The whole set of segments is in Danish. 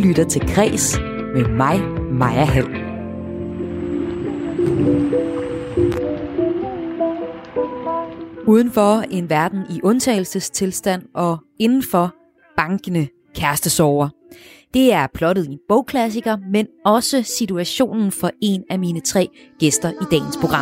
lytter til Kres med mig, Maja Hall. Udenfor en verden i undtagelsestilstand og indenfor bankende kærestesorger. Det er plottet i en bogklassiker, men også situationen for en af mine 3 gæster i dagens program.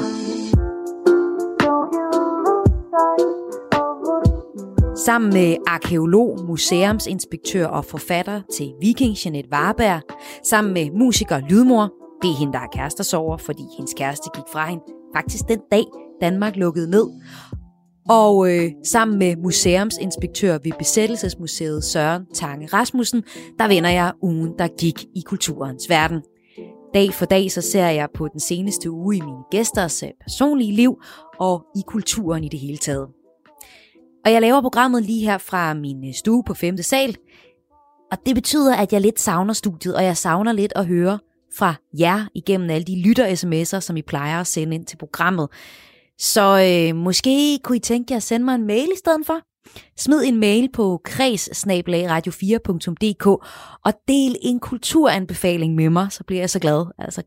Sammen med arkæolog, museumsinspektør og forfatter til Viking Jeanette Varberg, sammen med musiker Lydmor, det er hende, der er kærestesorger, fordi hendes kæreste gik fra hende faktisk den dag, Danmark lukkede ned. Og sammen med museumsinspektør ved Besættelsesmuseet Søren Tange Rasmussen, der vender jeg ugen, der gik i kulturens verden. Dag for dag så ser jeg på den seneste uge i mine gæsters personlige liv og i kulturen i det hele taget. Og jeg laver programmet lige her fra min stue på 5. sal. Og det betyder, at jeg lidt savner studiet, og jeg savner lidt at høre fra jer igennem alle de lytter-sms'er, som I plejer at sende ind til programmet. Så måske kunne I tænke jer at sende mig en mail i stedet for? Smid en mail på kres@radio4.dk og del en kulturanbefaling med mig, så bliver jeg så glad. Altså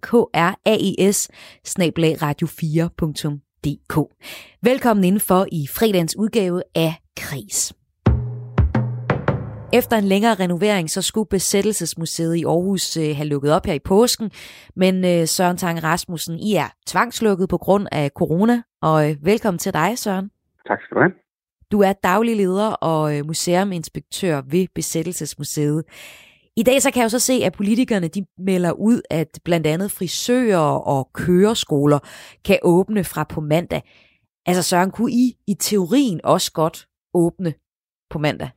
kraes@radio4.dk. Velkommen indenfor i fredagens udgave af Kres. Efter en længere renovering, så skulle Besættelsesmuseet i Aarhus have lukket op her i påsken, men Søren Tange Rasmussen, I er tvangslukket på grund af corona, og velkommen til dig, Søren. Tak skal du have. Du er daglig leder og museuminspektør ved Besættelsesmuseet. I dag så kan jeg jo så se, at politikerne de melder ud, at blandt andet frisører og køreskoler kan åbne fra på mandag. Altså Søren, kunne I teorien også godt åbne på mandag?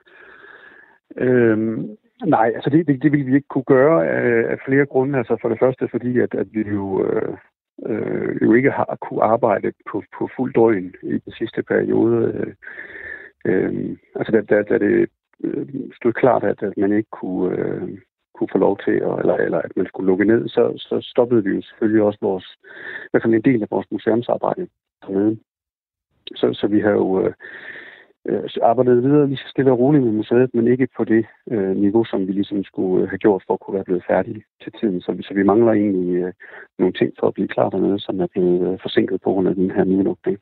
Nej, altså det ville vi ikke kunne gøre af flere grunde. Altså for det første fordi, at vi jo ikke har kunne arbejde på fuld drøn i den sidste periode. Altså da det stod klart, at man ikke kunne få lov til, eller at man skulle lukke ned, så stoppede vi jo selvfølgelig også i hvert fald en del af vores museumsarbejde dernede. Så vi har jo arbejdet videre lige så stille og roligt med museet, men ikke på det niveau, som vi ligesom skulle have gjort for at kunne være blevet færdige til tiden. Så vi mangler egentlig nogle ting for at blive klar dernede, som er blevet forsinket på grund af den her nedlukning.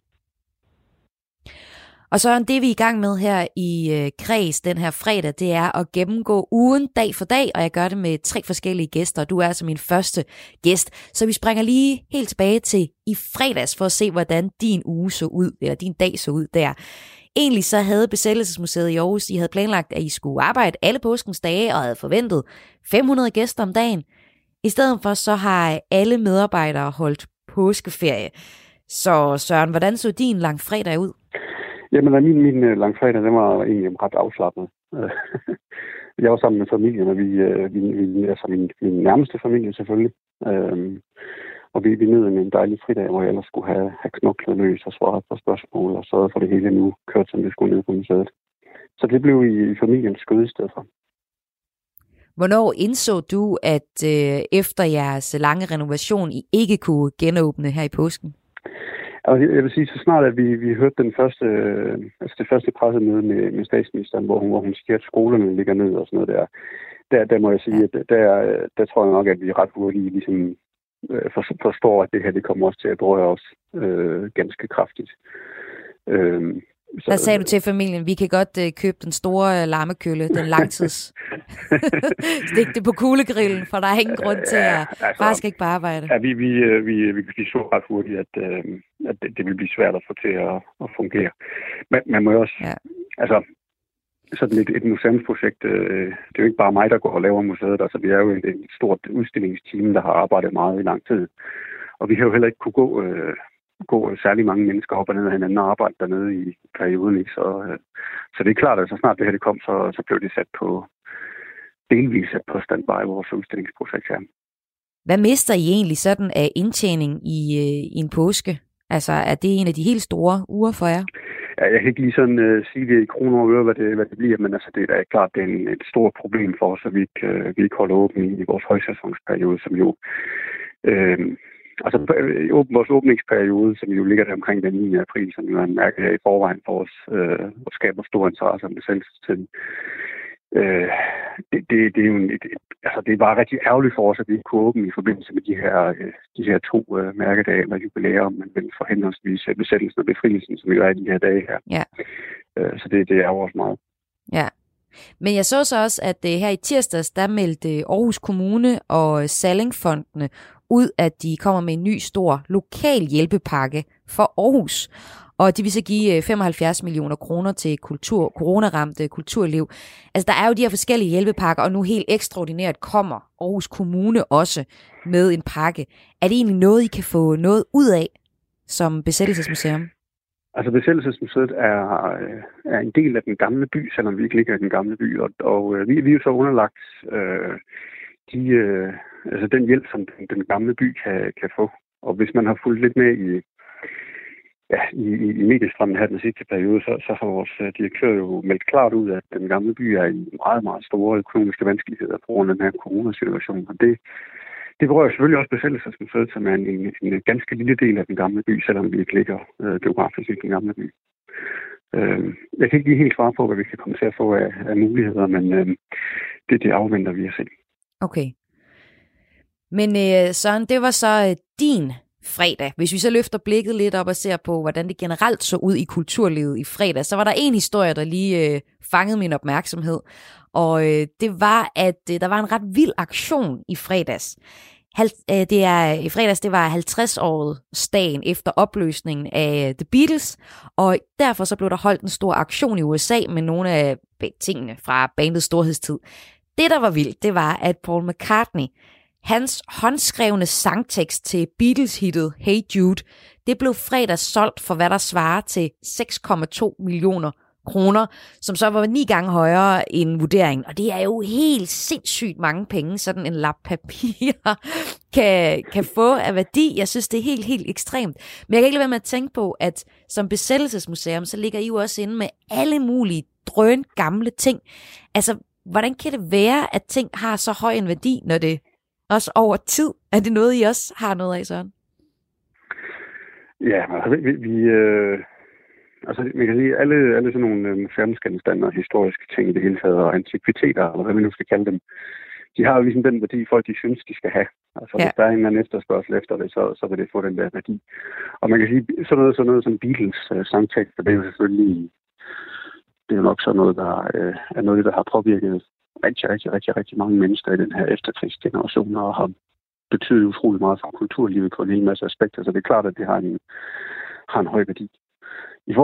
Og så det vi er i gang med her i Kres den her fredag, det er at gennemgå ugen dag for dag, og jeg gør det med 3 forskellige gæster. Du er altså min første gæst, så vi springer lige helt tilbage til i fredags for at se, hvordan din uge så ud, eller din dag så ud der. Egentlig så havde Besættelsesmuseet i Aarhus, de havde planlagt, at I skulle arbejde alle påskens dage og havde forventet 500 gæster om dagen. I stedet for så har alle medarbejdere holdt påskeferie. Så Søren, hvordan så din langfredag ud? Jamen, min langfredag, den var egentlig ret afslappet. Jeg var sammen med familien, og vi altså min nærmeste familie selvfølgelig. Og vi nød en dejlig fridag, hvor jeg ellers skulle have knoklet løs og svaret på spørgsmål og sørget for det hele nu kørt, som det skulle ned på museet. Så det blev i familiens skød i stedet for. Hvornår indså du, at efter jeres lange renovation, I ikke kunne genåbne her i påsken? Altså, jeg vil sige, så snart at vi hørte det første pressemøde med statsministeren, hvor hun siger, at skolerne ligger ned og sådan noget der må jeg sige, at der tror jeg nok, at vi ret hurtigt ligesom forstår, at det her det kommer også til at berøre os ganske kraftigt. Der sagde du til familien, vi kan godt købe den store larmekølle, den langtids. Stik det på kuglegrillen, for der er ingen grund til at bare skal ikke bare arbejde. Ja, vi så ret hurtigt, at det vil blive svært at få til at fungere. Men man må jo også, altså sådan et museumsprojekt, det er jo ikke bare mig, der går og laver museet. Altså vi er jo et stort udstillingsteam, der har arbejdet meget i lang tid. Og vi har jo heller ikke kunne gå særlig mange mennesker op og ned af hinanden og arbejde dernede i perioden. Ikke? Så det er klart, at så snart det her det kom, så blev det delvis sat på standby i vores udstillingsprojekt her. Hvad mister I egentlig sådan af indtjening i en påske? Altså er det en af de helt store uger for jer? Ja, jeg kan ikke lige sådan sige det i kroner og øre, hvad det bliver, men altså det er klart, det er et stort problem for os, at vi ikke holder åben i vores højsæsonsperiode, som jo vores åbningsperiode, som jo ligger der omkring den 9. april, som jo er en mærke her i forvejen for os, og skaber stor interesse om besættelsestiden. Det er jo det er bare rigtig ærgerligt for os, at vi ikke kunne åbne i forbindelse med de her 2 mærkedage eller jubilæer, men vel for henholdsvis besættelsen og befrielsen, som jo er de her dage her. Ja. Så det ærger os meget. Ja. Men jeg så også, at her i tirsdags, der meldte Aarhus Kommune og Sallingfondene ud, at de kommer med en ny stor lokal hjælpepakke for Aarhus. Og de vil så give 75 millioner kroner til coronaramte kulturliv. Altså, der er jo de her forskellige hjælpepakker, og nu helt ekstraordinært kommer Aarhus Kommune også med en pakke. Er det egentlig noget, I kan få noget ud af som besættelsesmuseum? Altså, Besættelsesmuseet er en del af den gamle by, selvom vi ikke ligger i den gamle by. Og vi er jo så underlagt den hjælp, som den gamle by kan få. Og hvis man har fulgt lidt med i mediestrømmen her den sidste periode, så har vores direktør jo meldt klart ud, at den gamle by er i meget, meget store økonomiske vanskeligheder på grund af den her coronasituation. Og det berører selvfølgelig også Besættelsesmuseet, som er en ganske lille del af den gamle by, selvom vi ikke ligger geografisk i den gamle by. Jeg kan ikke lige helt svare på, hvad vi kan komme til at få af muligheder, men det afventer vi at se. Okay. Men Søren, det var så din fredag. Hvis vi så løfter blikket lidt op og ser på, hvordan det generelt så ud i kulturlivet i fredag, så var der en historie, der lige fangede min opmærksomhed. Og det var, at der var en ret vild aktion i fredags. I fredags, det var 50-årsdagen efter opløsningen af The Beatles, og derfor så blev der holdt en stor aktion i USA med nogle af tingene fra bandets storhedstid. Det, der var vildt, det var, at Paul McCartney, hans håndskrevne sangtekst til Beatles-hittet Hey Jude, det blev fredag solgt for, hvad der svarer til 6,2 millioner kroner, som så var 9 gange højere end vurderingen. Og det er jo helt sindssygt mange penge, sådan en lap papir kan få af værdi. Jeg synes, det er helt, helt ekstremt. Men jeg kan ikke lade være med at tænke på, at som besættelsesmuseum, så ligger I jo også inde med alle mulige drøn gamle ting. Altså, hvordan kan det være, at ting har så høj en værdi, når det også over tid? Er det noget, I også har noget af, Søren? Ja, altså man kan sige, alle sådan nogle museumsgenstande og historiske ting i det hele taget, og antikviteter, eller hvad man nu skal kalde dem, de har jo ligesom den værdi, folk de synes, de skal have. Altså hvis der er en eller anden efterspørgsel efter det, så vil det få den der værdi. Og man kan sige, sådan noget som Beatles sangtekster, det er jo selvfølgelig, det er jo nok sådan noget, der er noget, der har påvirket rigtig mange mennesker i den her efterkrigsgeneration, og har betydet utrolig meget for kulturlivet på en hel masse aspekter. Så det er klart, at det har en høj værdi. I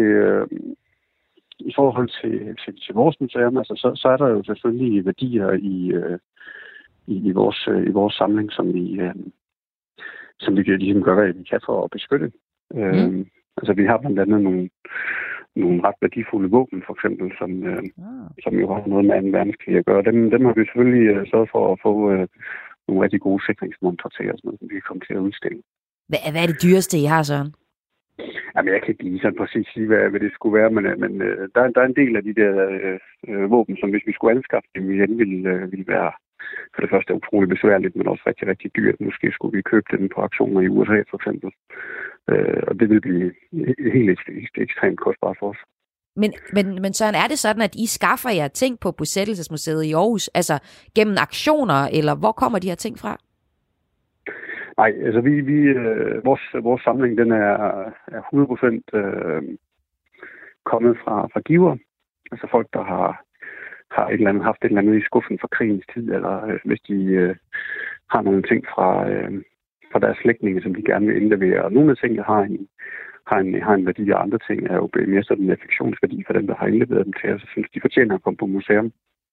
forhold til vores museum, altså, så er der jo selvfølgelig værdier i vores samling, som vi ligesom gør, hvad vi kan for at beskytte. Altså vi har blandt andet nogle ret værdifulde våben, for eksempel, som jo har noget med 2. verdenskrig at gøre. Dem har vi selvfølgelig sørget for at få nogle rigtig gode sikringsmontre til os, som vi kan komme til at udstille. Hvad er det dyreste, I har, Søren? Jamen, jeg kan ikke lige sådan præcis sige, hvad det skulle være, men der er en del af de der våben, som hvis vi skulle anskaffe dem igen, ville være for det første utroligt besværligt, men også rigtig, rigtig dyrt. Måske skulle vi købe dem på auktioner i USA, for eksempel. Og det vil blive helt ekstremt kostbart for os. Men Søren, er det sådan, at I skaffer jer ting på Besættelsesmuseet i Aarhus, altså gennem aktioner, eller hvor kommer de her ting fra? Nej, altså vores samling, den er 100% kommet fra giver. Altså folk, der har haft et eller andet i skuffen fra krigens tid, eller hvis de har nogle ting fra deres slægtninge, som de gerne vil indlevere. Og nogle af tingene har en værdi, og andre ting er jo mere sådan en affektionsværdi for dem, der har indleveret dem til os. Så synes de fortjener at komme på museum.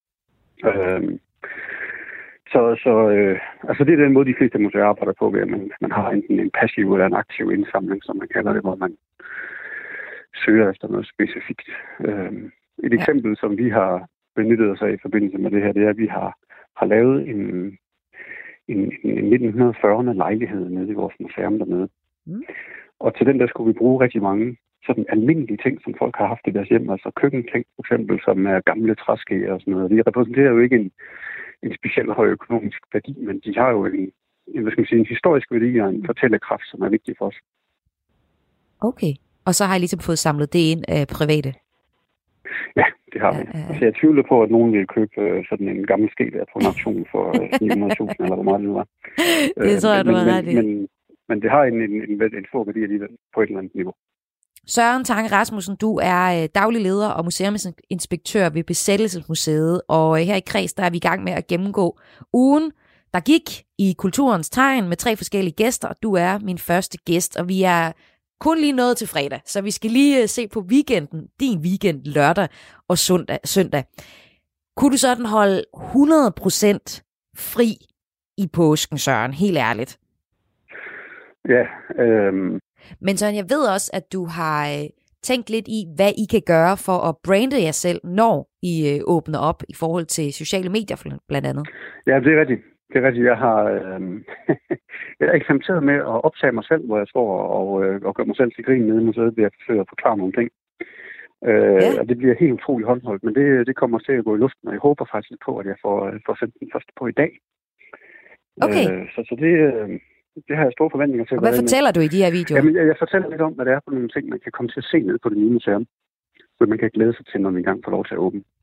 Altså det er den måde, de fleste museer arbejder på, ved at man har enten en passiv eller en aktiv indsamling, som man kalder det, hvor man søger efter noget specifikt. Et eksempel, som vi har benyttet os af i forbindelse med det her, det er, at vi har lavet en 1940'erne lejlighed nede i vores museum dernede. Og til den der skulle vi bruge rigtig mange sådan almindelige ting, som folk har haft i deres hjem, altså køkkenting for eksempel, som er gamle træskeer og sådan noget. De repræsenterer jo ikke en specielt høj økonomisk værdi, men de har jo en historisk værdi og en fortællekraft, som er vigtig for os. Okay, og så har jeg ligesom fået samlet det ind af private? Ja, Det har vi. Altså, jeg tvivler på, at nogen vil købe sådan en gammel ske der på en auktion for 900.000, eller hvor meget det nu var. Det tror jeg, du har ret i. Men det har en stor værdi alligevel på et eller andet niveau. Søren Tange Rasmussen, du er daglig leder og museumsinspektør ved Besættelsesmuseet, og her i Kreds, der er vi i gang med at gennemgå ugen, der gik i Kulturens Tegn med 3 forskellige gæster, og du er min første gæst, og vi er kun lige nået til fredag, så vi skal lige se på weekenden, din weekend, lørdag og søndag. Kunne du sådan holde 100% fri i påsken, Søren, helt ærligt? Ja. Men Søren, jeg ved også, at du har tænkt lidt i, hvad I kan gøre for at brande jer selv, når I åbner op i forhold til sociale medier blandt andet. Ja, det er rigtigt. Det er rigtigt. Jeg har eksperimenteret med at optage mig selv, hvor jeg står og gør mig selv til grin nede i museet, ved at forsøge at forklare nogle ting. Og det bliver helt utroligt håndholdt, men det kommer til at gå i luften, og jeg håber faktisk på, at jeg får sendt den første på i dag. Okay. Så det har jeg store forventninger til. Og hvad fortæller du i de her videoer? Jamen, jeg fortæller lidt om, hvad det er for nogle ting, man kan komme til at se ned på det nye museum. Så man kan glæde sig til, når vi engang får lov til at åbne.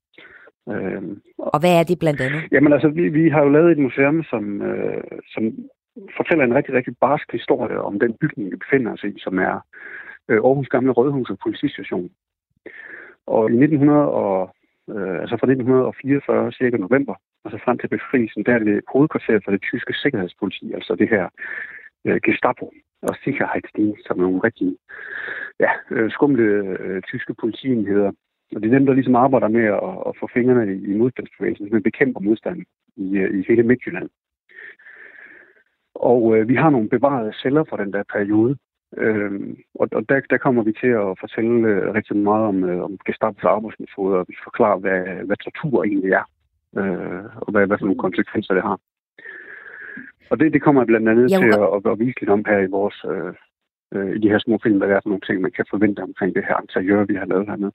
Og hvad er det blandt andet? Jamen altså, vi har jo lavet et museum, som fortæller en rigtig, rigtig barsk historie om den bygning, vi befinder os i, som er Aarhus Gamle Rådhus og politistation. Og i fra 1944, cirka november, og så frem til befrielsen, der er det hovedkvarteret for det tyske sikkerhedspoliti, altså det her Gestapo og Sicherheitsdienst, som er nogle rigtig skumle tyske politienheder. Og det er dem, der ligesom arbejder med at få fingrene i modstandsbevægelsen, som bekæmper modstanden i hele Midtjylland. Og vi har nogle bevarede celler fra den der periode. Og der kommer vi til at fortælle rigtig meget om Gestapos arbejdsmetoder, og vi forklarer, hvad tortur egentlig er, og hvad for nogle konsekvenser det har. Og det kommer blandt andet til at vise lidt om her i vores i de her små film, hvad der er for nogle ting, man kan forvente omkring det her interiør, vi har lavet hernede.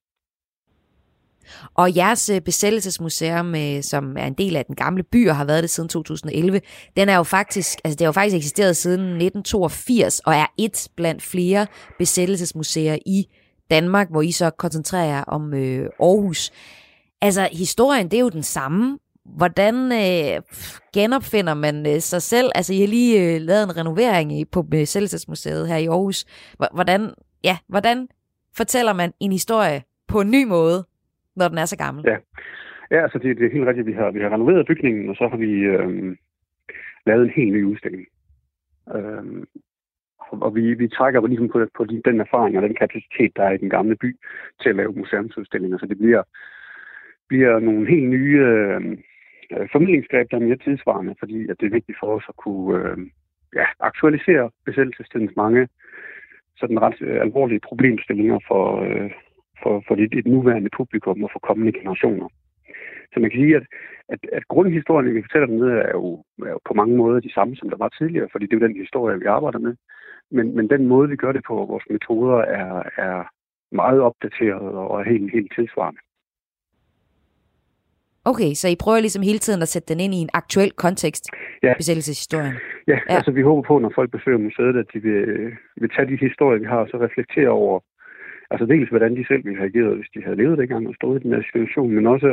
Og jeres besættelsesmuseum, som er en del af den gamle by og har været det siden 2011, den er jo faktisk, det har jo faktisk eksisteret siden 1982 og er et blandt flere besættelsesmuseer i Danmark, hvor I så koncentrerer jer om Aarhus. Altså, historien, det er jo den samme. Hvordan genopfinder man sig selv? Altså, I har lige lavet en renovering på besættelsesmuseet her i Aarhus. Hvordan fortæller man en historie på en ny måde, når den er så gammel? Ja, altså det er helt rigtigt. Vi har renoveret bygningen, og så har vi lavet en helt ny udstilling. Og vi trækker ligesom på den erfaring og den kapacitet, der er i den gamle by, til at lave museumsudstillinger. Så det bliver nogle helt nye formidlingsgreb, der er mere tidsvarende, fordi at det er vigtigt for os at kunne aktualisere besættelsestidens mange sådan ret alvorlige problemstillinger for et nuværende publikum og for kommende generationer. Så man kan sige, at grundhistorien, vi fortæller dernede, er jo på mange måder de samme, som der var tidligere, fordi det er jo den historie, vi arbejder med. Men den måde, vi gør det på, vores metoder, er meget opdateret og helt tidsvarende. Okay, så I prøver ligesom hele tiden at sætte den ind i en aktuel kontekst, besættelseshistorien? Ja, altså vi håber på, når folk besøger museet, at de vil tage de historier, vi har, og så reflektere over, altså dels hvordan de selv ville have reageret, hvis de havde levet dengang og stået i den her situation, men også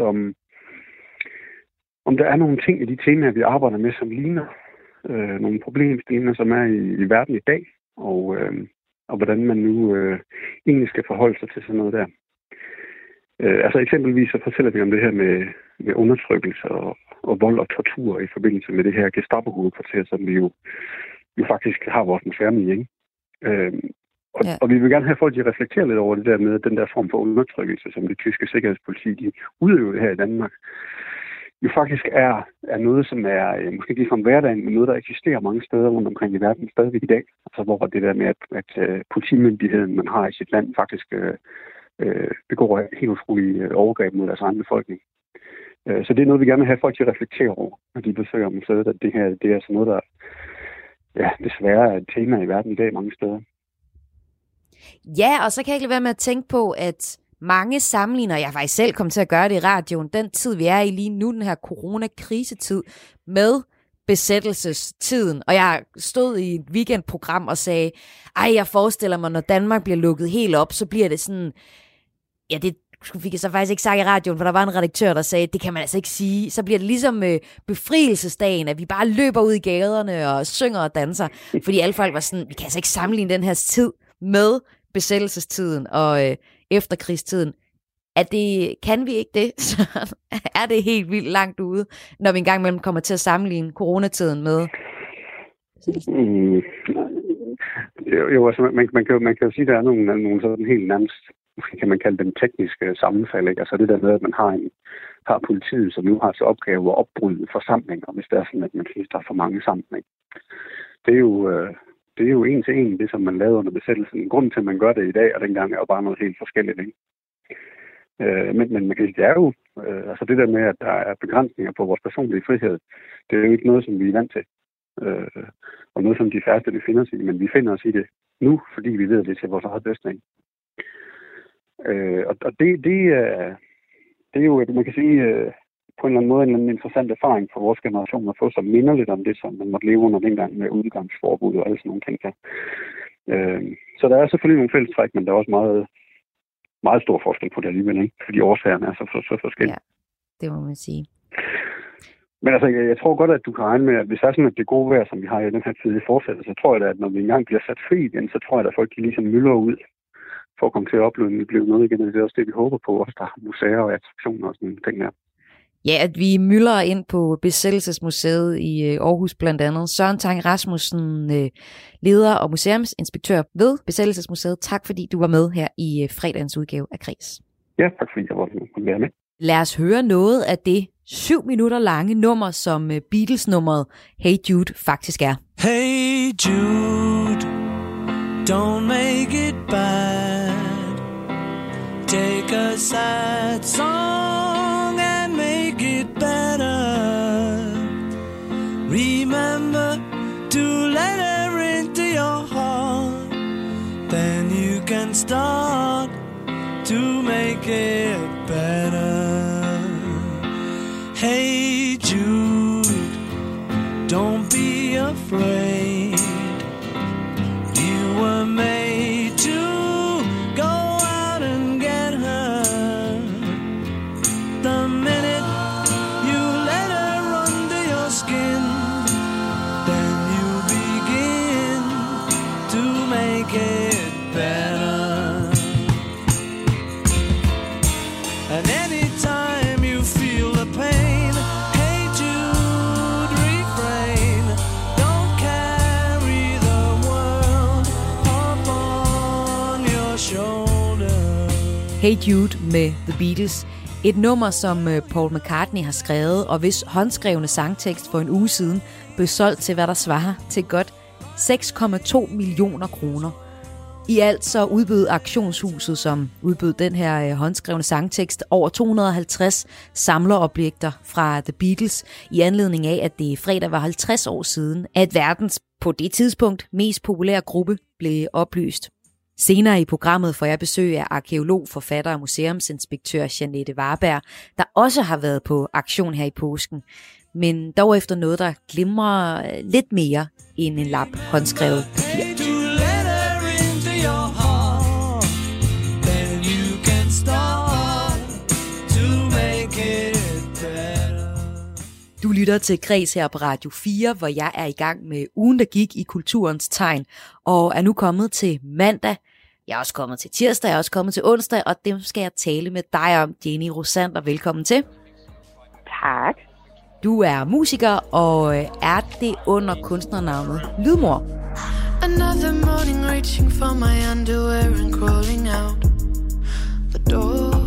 om der er nogle ting i de temaer, vi arbejder med, som ligner nogle problemstillinger, som er i verden i dag, og hvordan man nu egentlig skal forholde sig til sådan noget der. Altså eksempelvis så fortæller vi om det her med undertrykkelse og vold og tortur i forbindelse med det her Gestapo-hovedkvarter, som vi jo faktisk har vores museum i, ikke? Og vi vil gerne have folk, de reflekterer lidt over det der med den der form for undertrykkelse, som det tyske sikkerhedspoliti, de udøver her i Danmark, jo faktisk er noget, som er måske ikke ligefrem hverdagen, men noget, der eksisterer mange steder rundt omkring i verden stadigvæk i dag. Altså hvor det der med, at politimyndigheden, man har i sit land, faktisk begår helt utrolige overgreb mod deres egen befolkning. Så det er noget, vi gerne vil have folk til at reflektere over, når de besøger museet, at det her det er sådan noget, der desværre er et tema i verden i dag mange steder. Ja, og så kan jeg ikke lade være med at tænke på, at mange sammenligner, jeg har faktisk selv kommet til at gøre det i radioen, den tid, vi er i lige nu, den her coronakrisetid, med besættelsestiden. Og jeg stod i et weekendprogram og sagde, jeg forestiller mig, når Danmark bliver lukket helt op, så bliver det sådan, fik jeg så faktisk ikke sagt i radioen, for der var en redaktør, der sagde, det kan man altså ikke sige. Så bliver det ligesom befrielsesdagen, at vi bare løber ud i gaderne og synger og danser. Fordi alle folk var sådan, vi kan altså ikke sammenligne den her tid med besættelsestiden og efterkrigstiden. Kan vi ikke det, så er det helt vildt langt ude, når vi engang imellem kommer til at sammenligne coronatiden med. Jo, altså man kan jo sige, at der er nogle sådan helt nærmest, kan man kalde dem tekniske sammenfald, ikke? Altså det der med, at man har politiet, som nu har til opgave at opbryde forsamlinger, hvis det er sådan, at man synes, der er for mange sammen, ikke? Det er jo en til en, det som man lavede under besættelsen. Grunden til, at man gør det i dag, og dengang er jo bare noget helt forskelligt, ikke? Men man kan sige, det er jo, altså det der med, at der er begrænsninger på vores personlige frihed, det er jo ikke noget, som vi er vant til. Og noget, som de færreste vil finde os i, men vi finder os i det nu, fordi vi ved, at det er til vores eget bedste. Og det er jo, man kan sige, på en eller anden måde en interessant erfaring for vores generation at få, som minder lidt om det, som man måtte leve under dengang med udgangsforbud og alle sådan nogle ting der. Så der er selvfølgelig nogle fællestræk, men der er også meget stor forskel på det alligevel, ikke? Fordi årsagerne er så forskellige. Ja, det må man sige. Men altså, jeg tror godt, at du kan regne med, at hvis det er sådan, at det gode vejr, som vi har i den her tid i fortsætter, så tror jeg da, at når vi engang bliver sat fri igen, så tror jeg, at folk ligesom mylder ud for at komme til at opleve noget igen. Det er også det, vi håber på, også der er museer og attraktioner og sådan nogle ting der. Ja, at vi myldrer ind på Besættelsesmuseet i Aarhus blandt andet. Søren Tang Rasmussen, leder og museumsinspektør ved Besættelsesmuseet. Tak fordi du var med her i fredagens udgave af Kres. Ja, tak fordi jeg var med. Lad os høre noget af det 7 minutter lange nummer, som Beatles-nummeret Hey Jude faktisk er. Hey Jude, don't make it bad. Take a sad song and make it better. Remember to let her into your heart. Then you can start to make it better. Hey Jude, don't be afraid. You were made to go out and get her. The minute you let her under your skin, then you begin to make it better. And anytime you feel the pain, hey Jude, refrain. Don't carry the world upon your shoulder. Hey Jude med The Beatles. Et nummer, som Paul McCartney har skrevet, og hvis håndskrevne sangtekst for en uge siden blev solgt til, hvad der svarer til godt 6,2 millioner kroner. I alt så udbød auktionshuset, som udbød den her håndskrevne sangtekst, over 250 samlerobjekter fra The Beatles, i anledning af, at det fredag var 50 år siden, at verdens på det tidspunkt mest populære gruppe blev oplyst. Senere i programmet får jeg besøg af arkæolog, forfatter og museumsinspektør Jeanette Varberg, der også har været på aktion her i påsken, men dog efter noget, der glimrer lidt mere end en lap håndskrevet papir. Du lytter til Kres her på Radio 4, hvor jeg er i gang med ugen, der gik i kulturens tegn, og er nu kommet til mandag. Jeg er også kommet til tirsdag, jeg er også kommet til onsdag, og dem skal jeg tale med dig om, Jenny Rosander. Velkommen til. Tak. Du er musiker, og er det under kunstnernavnet Lydmor. Another morning reaching for my underwear and crawling out the door.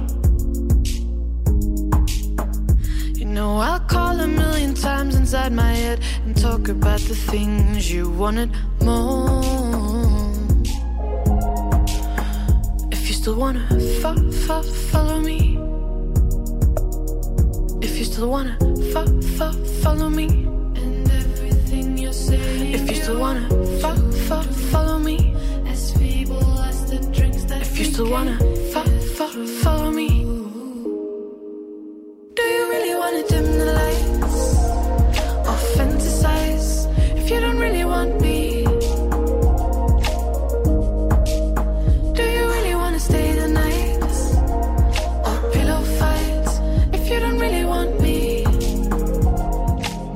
You know I'll call a million times inside my head and talk about the things you wanted more. If you still wanna follow me, if you still wanna follow me, and everything you're saying, if you still wanna follow me, as feeble as the drinks that if you still wanna follow me. Do you really wanna dim the lights or fantasize if you don't really want me? Do you really wanna stay the night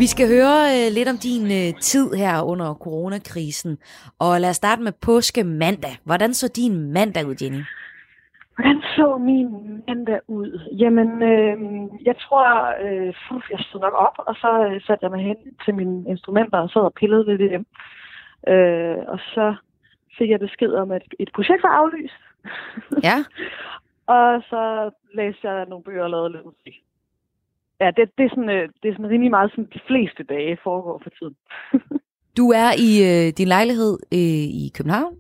Vi skal høre lidt om din tid her under coronakrisen, og lad os starte med påskemandag. Hvordan så din mandag ud, Jenny? Hvordan så min mandag ud? Jamen, jeg tror, jeg stod nok op, og så satte jeg mig hen til mine instrumenter og sad og pillede ved dem. Og så fik jeg besked om, at et projekt var aflyst. Ja. Og så læste jeg nogle bøger og lavede lidt musik. Ja, det er sådan rimelig meget, som de fleste dage foregår for tiden. Du er i din lejlighed i København?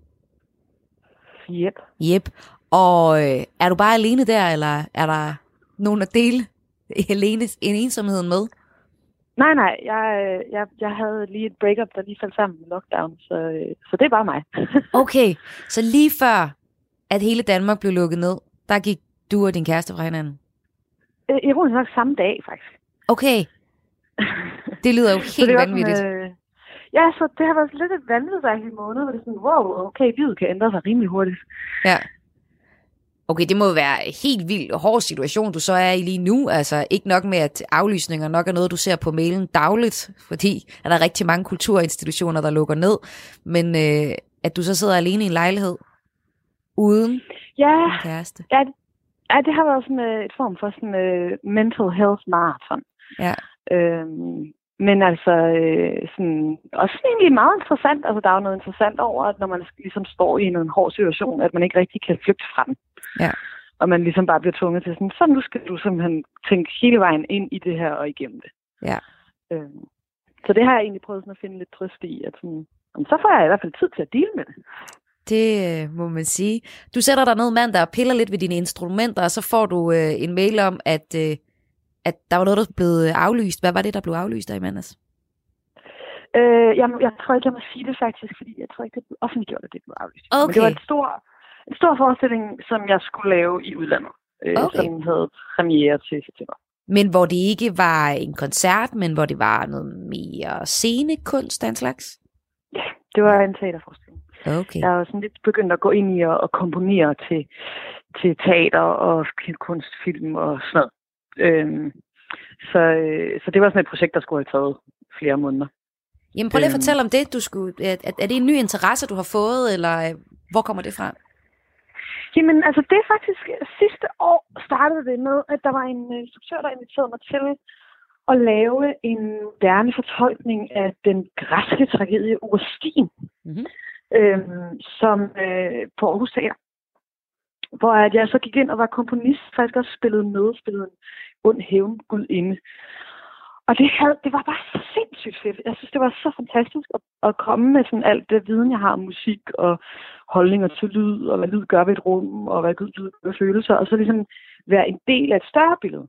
Yep. Og er du bare alene der, eller er der nogen at dele ensomheden med? Nej. Jeg havde lige et breakup, der lige faldt sammen med lockdown, så det er bare mig. Okay, så lige før, at hele Danmark blev lukket ned, der gik du og din kæreste fra hinanden? Ironisk nok samme dag, faktisk. Okay. Det lyder jo helt vanvittigt. Ja, så det har været lidt et vanvittigt måned, hvor det er sådan, wow, okay, livet kan ændre sig rimelig hurtigt. Ja. Okay, det må jo være en helt vild hård situation, du så er i lige nu. Altså ikke nok med, at aflysninger nok er noget, du ser på mailen dagligt, fordi der er rigtig mange kulturinstitutioner, der lukker ned. Men at du så sidder alene i en lejlighed uden din kæreste. Ja, det har været sådan et form for sådan mental health marathon. Ja. Men altså, sådan, også egentlig meget interessant. Altså, der er jo noget interessant over, at når man ligesom står i en hård situation, at man ikke rigtig kan flygte fra den. Ja. Og man ligesom bare bliver tvunget til sådan nu skal du simpelthen tænke hele vejen ind i det her og igennem det. Ja. Så det har jeg egentlig prøvet sådan at finde lidt trøst i, at sådan, så får jeg i hvert fald tid til at deale med det. Det må man sige. Du sætter dig ned mandag og piller lidt ved dine instrumenter, og så får du en mail om, at der var noget, der blev aflyst. Hvad var det, der blev aflyst der i mandags? Jeg tror ikke, jeg må sige det faktisk, fordi jeg tror ikke, det blev offentliggjort, at det blev aflyst. Okay. Men det var en stor forestilling, som jeg skulle lave i udlandet, som havde premiere til september. Men hvor det ikke var en koncert, men hvor det var noget mere scenekunst af en slags? Ja, det var en teaterforestilling. Okay. Jeg var sådan lidt begyndt at gå ind i at komponere til teater og kunstfilm og sådan noget. Så det var sådan et projekt, der skulle have taget flere måneder. Jamen prøv lige at fortælle om det. Er det en ny interesse, du har fået, eller hvor kommer det fra? Jamen altså det er faktisk sidste år startede det med, at der var en instruktør, der inviterede mig til at lave en moderne fortolkning af den græske tragedie Ursten, som på Aarhus Teater. Hvor at jeg så gik ind og var komponist, faktisk også spillede en ond hævngudinde. Og det var bare så sindssygt fedt. Jeg synes, det var så fantastisk at komme med sådan alt det viden, jeg har om musik og holdninger til lyd, og hvad lyd gør ved et rum, og hvad lyd gør ved følelser, og så ligesom være en del af et større billede.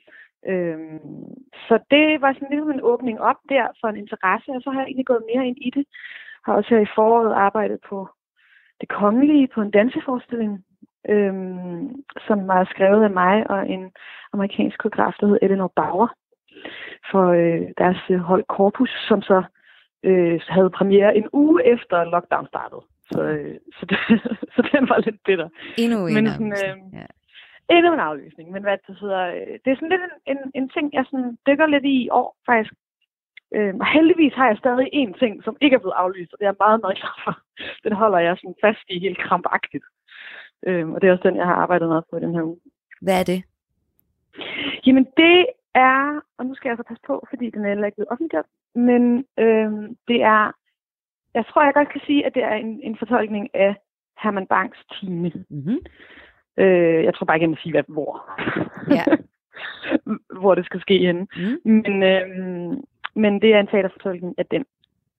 Så det var sådan ligesom en åbning op der for en interesse, og så har jeg egentlig gået mere ind i det. Jeg har også her i foråret arbejdet på Det Kongelige, på en danseforestilling, som var skrevet af mig og en amerikansk koreograf, der hed Eleanor Bauer, for deres hold Corpus, som så havde premiere en uge efter lockdown startede. Så den var lidt bitter. Endnu en aflysning. Endnu en aflysning. Men hvad det hedder, det er sådan lidt en ting, jeg sådan dykker lidt i år, faktisk. Og heldigvis har jeg stadig en ting, som ikke er blevet aflyst, og det er jeg meget, meget glad for. Den holder jeg sådan fast i helt krampagtigt. Og det er også den, jeg har arbejdet meget på i den her uge. Hvad er det? Jamen det er, og nu skal jeg så passe på, fordi den er ikke blevet offentliggjort, men det er, jeg tror, jeg godt kan sige, at det er en fortolkning af Herman Bangs Time. Mm-hmm. Jeg tror bare ikke, jeg må sige, hvor. Ja. Hvor det skal ske henne. Mm. Men det er en teaterfortolkning af den.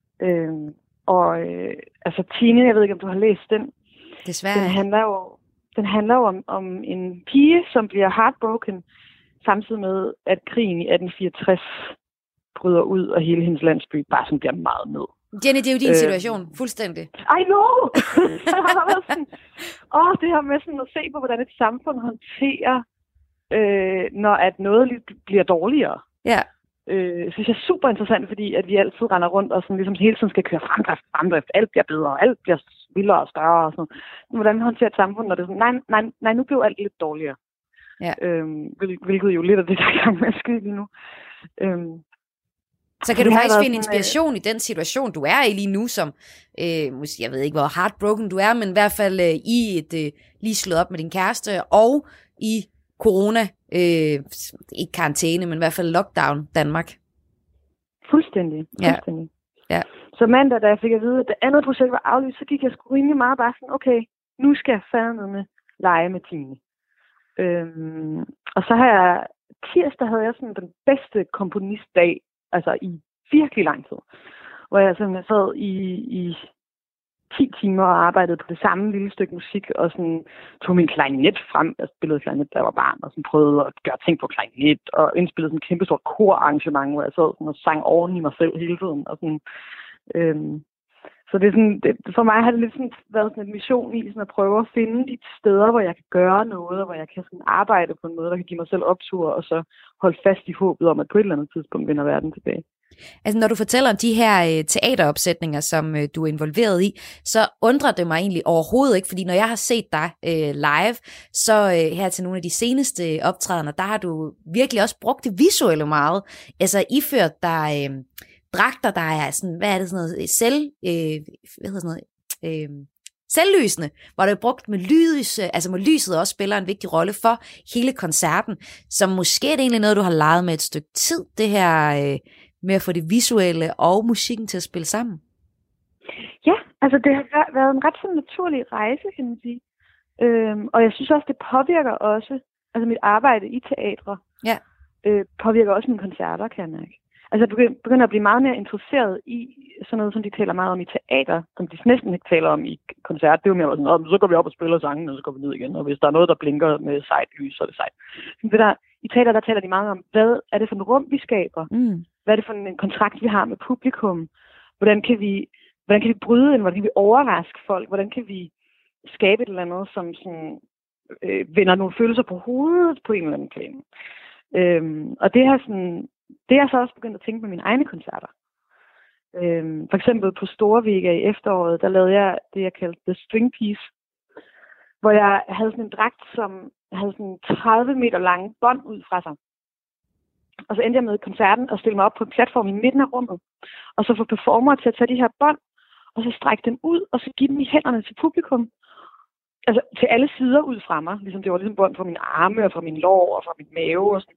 Altså Tine, jeg ved ikke, om du har læst den. Desværre. Den handler jo om en pige, som bliver heartbroken, samtidig med, at krigen i 1864 bryder ud, og hele hendes landsby bare sådan bliver meget ned. Jenny, det er jo din situation. Fuldstændig. I know! Det her med sådan at se på, hvordan et samfund håndterer, når at noget bliver dårligere. Ja. Synes jeg er super interessant, fordi at vi altid render rundt og sådan ligesom hele tiden skal køre fremdrift. Alt bliver bedre, alt bliver vildere og større og sådan. Hvordan vi håndterer et samfund, når det er sådan, nej, nu bliver alt lidt dårligere. Ja. Hvilket jo lidt af det, der er i gang med at ske lige nu. Så kan du faktisk finde inspiration i den situation, du er i lige nu, som, jeg ved ikke, hvor heartbroken du er, men i hvert fald i et lige slået op med din kæreste, og i corona, ikke karantæne, men i hvert fald lockdown Danmark. Fuldstændig. Ja. Så mandag, da jeg fik at vide, at det andet projekt var aflyst, så gik jeg sgu rimelig meget bare sådan, okay, nu skal jeg fandme med lege med Tine. Og så har jeg, tirsdag havde jeg sådan den bedste komponistdag, altså i virkelig lang tid. Hvor jeg simpelthen sad i 10 timer og arbejdede på det samme lille stykke musik, og sådan tog min klarinet frem. Jeg spillede klarinet, da jeg var barn, og sådan prøvede at gøre ting på klarinet, og indspillede sådan et kæmpe stort korarrangement, hvor jeg sad sådan og sang oven i mig selv hele tiden. Og sådan, så det er sådan, for mig har det lidt sådan været sådan en mission i sådan at prøve at finde de steder, hvor jeg kan gøre noget, og hvor jeg kan sådan arbejde på en måde, der kan give mig selv optur, og så holde fast i håbet om, at på et eller andet tidspunkt vender verden tilbage. Altså når du fortæller om de her teateropsætninger, som du er involveret i, så undrer det mig egentlig overhovedet ikke, fordi når jeg har set dig live, så her til nogle af de seneste optrædener, der har du virkelig også brugt det visuelle meget. Altså iført dig dragter, der er sådan, hvad er det sådan noget, selvlysende, hvor det er brugt med lys, altså hvor lyset også spiller en vigtig rolle for hele koncerten, så måske er det egentlig noget, du har leget med et stykke tid, det her med at få det visuelle og musikken til at spille sammen. Ja, altså det har været en ret sådan naturlig rejse, kan man sige. Og jeg synes også, det påvirker også, altså mit arbejde i teatre, påvirker også mine koncerter, kan jeg mærke. Altså jeg begynder at blive meget mere interesseret i sådan noget, som de taler meget om i teater, som de næsten ikke taler om i koncert. Det er jo mere sådan, så går vi op og spiller sangen, og så går vi ned igen. Og hvis der er noget, der blinker med sejt lys, så er det sejt. Det der, i teater, der taler de meget om, hvad er det for en rum, vi skaber? Hvad er det for en kontrakt, vi har med publikum? Hvordan kan vi bryde ind? Hvordan kan vi overraske folk? Hvordan kan vi skabe et eller andet, som sådan, vender nogle følelser på hovedet på en eller anden plan? Og det er jeg så også begyndt at tænke med mine egne koncerter. For eksempel på Storvega i efteråret, der lavede jeg det, jeg kaldte The String Piece, hvor jeg havde sådan en dragt, som havde sådan 30 meter lange bånd ud fra sig. Og så endte jeg med koncerten og stille mig op på en platform i midten af rummet, og så få performere til at tage de her bånd, og så strække dem ud, og så give dem i hænderne til publikum. Altså til alle sider ud fra mig. Ligesom det var ligesom bånd fra mine arme, og fra min lår, og fra min mave og sådan.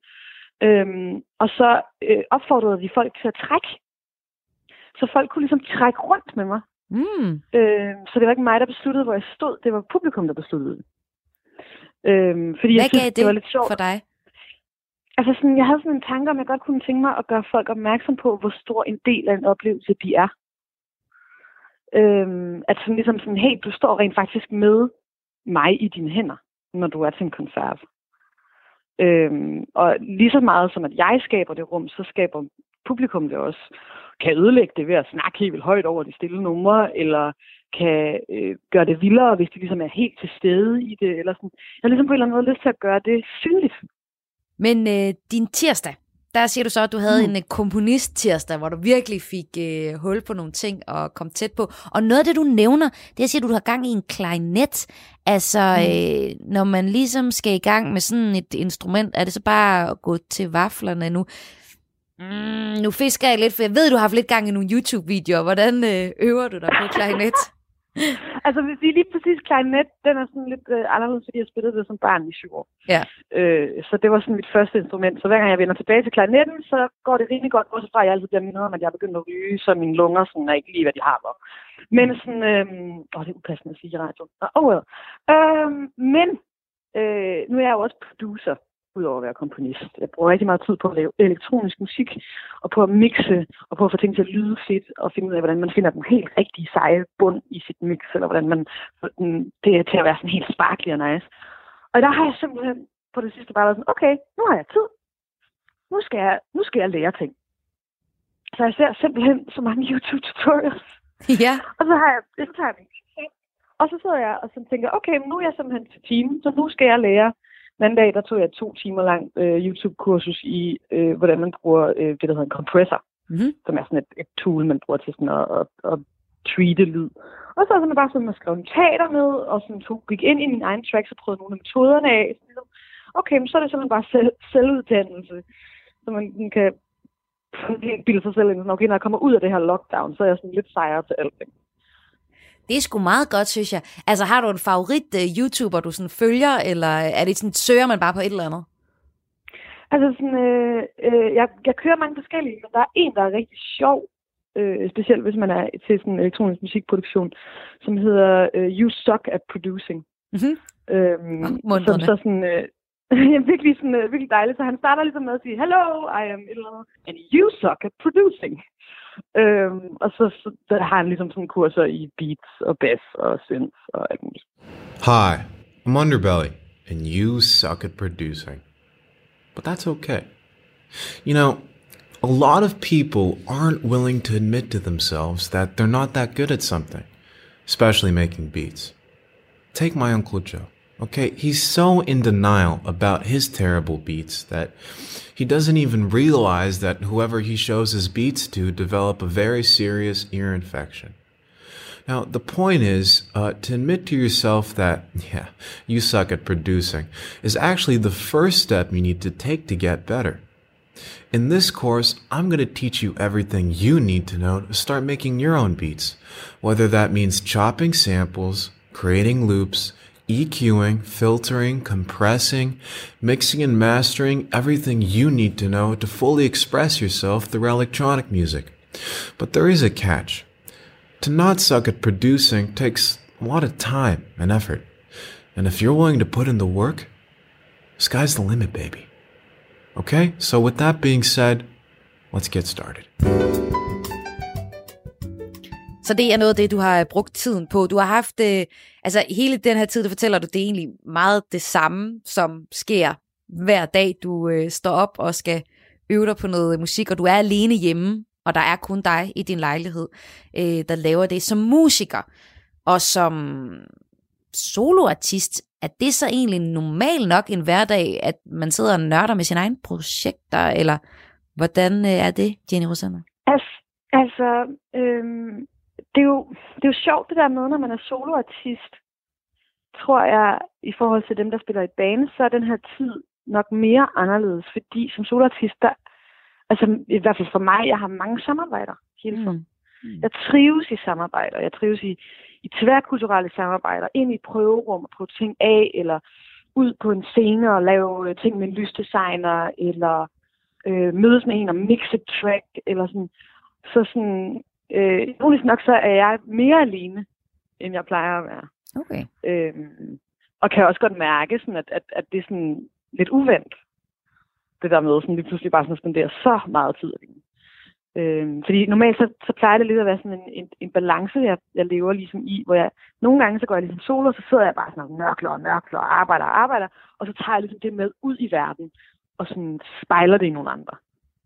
Og så opfordrede vi folk til at trække. Så folk kunne ligesom trække rundt med mig. Så det var ikke mig, der besluttede, hvor jeg stod. Det var publikum, der besluttede. Fordi hvad gav det var lidt sjovt for dig? Altså sådan, jeg havde sådan en tanke om, at jeg godt kunne tænke mig at gøre folk opmærksom på, hvor stor en del af en oplevelse de er. At sådan ligesom sådan, hey, du står rent faktisk med mig i dine hænder, når du er til en koncert. Og lige så meget som at jeg skaber det rum, så skaber publikum det også. Kan ødelægge det ved at snakke helt vildt højt over de stille numre, eller kan gøre det vildere, hvis de ligesom er helt til stede i det. Eller sådan. Jeg har ligesom på en eller anden måde lyst til at gøre det synligt. Men din tirsdag, der siger du så, at du havde en komponist-tirsdag, hvor du virkelig fik hul på nogle ting og kom tæt på. Og noget af det, du nævner, det er at sige, at du har gang i en klarinet. Altså, når man ligesom skal i gang med sådan et instrument, er det så bare at gå til vaflerne nu? Nu fisker jeg lidt, for jeg ved, du har haft lidt gang i nogle YouTube-videoer. Hvordan øver du dig på klarinet? Altså, hvis vi lige præcis klarinet, den er sådan lidt anderledes, fordi jeg spillede det som barn i 7 år. Ja. Så det var sådan mit første instrument. Så hver gang jeg vender tilbage til klarinetten, så går det rimelig godt, også fra at jeg altid bliver mindet om, at jeg er begyndt at ryge, så mine lunger sådan er ikke lige, hvad de har. Men sådan, det er upassende at sige i radio. Men nu er jeg jo også producer, udover at være komponist. Jeg bruger rigtig meget tid på at lave elektronisk musik, og på at mixe, og på at få ting til at lyde fedt, og finde ud af, hvordan man finder den helt rigtige seje bund i sit mix, eller hvordan man får det til at være sådan helt sparklig og nice. Og der har jeg simpelthen på det sidste bare været sådan, okay, nu har jeg tid. Nu skal jeg lære ting. Så jeg ser simpelthen så mange YouTube-tutorials. Ja. Og så tager jeg min ting. Og så sidder jeg og så tænker, okay, nu er jeg simpelthen til timen, så nu skal jeg lære. Den anden dag, der tog jeg 2 timer lang YouTube-kursus i, hvordan man bruger det, der hedder en compressor, som er sådan et tool, man bruger til sådan at treate lyd. Og så man bare sådan, at skrive notater med, og sådan gik ind i min egen track, så prøvede nogle af metoderne af. Okay, men så er det simpelthen bare selvuddannelse, så man kan bilder sig selv ind, sådan, okay, når jeg kommer ud af det her lockdown, så er jeg sådan lidt sejere til alting. Det er sgu meget godt, synes jeg. Altså, har du en favorit YouTuber, du sådan følger, eller er det sådan, søger man bare på et eller andet? Altså sådan, jeg kører mange forskellige, men der er en, der er rigtig sjov, specielt hvis man er til sådan en elektronisk musikproduktion, som hedder You Suck at Producing. Mm-hmm. Som så sådan, virkelig dejligt. Så han starter ligesom med at sige, hello, I am et eller andet, and you suck at producing. Og så har han ligesom sådan kurser i beats og bass og synth og alt muligt. Hi, I'm Underbelly, and you suck at producing. But that's okay. You know, a lot of people aren't willing to admit to themselves that they're not that good at something, especially making beats. Take my Uncle Joe. Okay, he's so in denial about his terrible beats that he doesn't even realize that whoever he shows his beats to develop a very serious ear infection. Now, the point is, to admit to yourself that, yeah, you suck at producing is actually the first step you need to take to get better. In this course, I'm going to teach you everything you need to know to start making your own beats, whether that means chopping samples, creating loops, EQing, filtering, compressing, mixing and mastering, everything you need to know to fully express yourself through electronic music. But there is a catch. To not suck at producing takes a lot of time and effort. And if you're willing to put in the work, sky's the limit, baby. Okay, so with that being said, let's get started. Så det er noget af det, du har brugt tiden på. Du har haft, altså hele den her tid, du fortæller du, det er egentlig meget det samme, som sker hver dag, du står op og skal øve dig på noget musik, og du er alene hjemme, og der er kun dig i din lejlighed, der laver det som musiker. Og som soloartist, er det så egentlig normalt nok en hverdag, at man sidder og nørder med sine egne projekter, eller hvordan er det, Jenny Rosander? Det er jo sjovt det der med, når man er soloartist, tror jeg, i forhold til dem, der spiller i band, så er den her tid nok mere anderledes, fordi som soloartist, altså i hvert fald for mig, jeg har mange samarbejder hele tiden. Jeg trives i samarbejder, jeg trives i tværkulturelle samarbejder, ind i prøverum og prøve ting af, eller ud på en scene og lave ting med en lysdesigner, eller mødes med en og mixe et track, eller sådan. Så sådan, ironisk nok, så er jeg mere alene, end jeg plejer at være. Okay. Og kan også godt mærke, sådan, at det er sådan lidt uvendt, det der med sådan lige pludselig bare sådan at spendere så meget tid alene. Fordi normalt så plejer det lidt at være sådan en balance, jeg lever ligesom i, hvor jeg nogle gange så går jeg ligesom solo, og så sidder jeg bare sådan og nørkler og arbejder, og så tager jeg ligesom det med ud i verden, og sådan spejler det i nogle andre.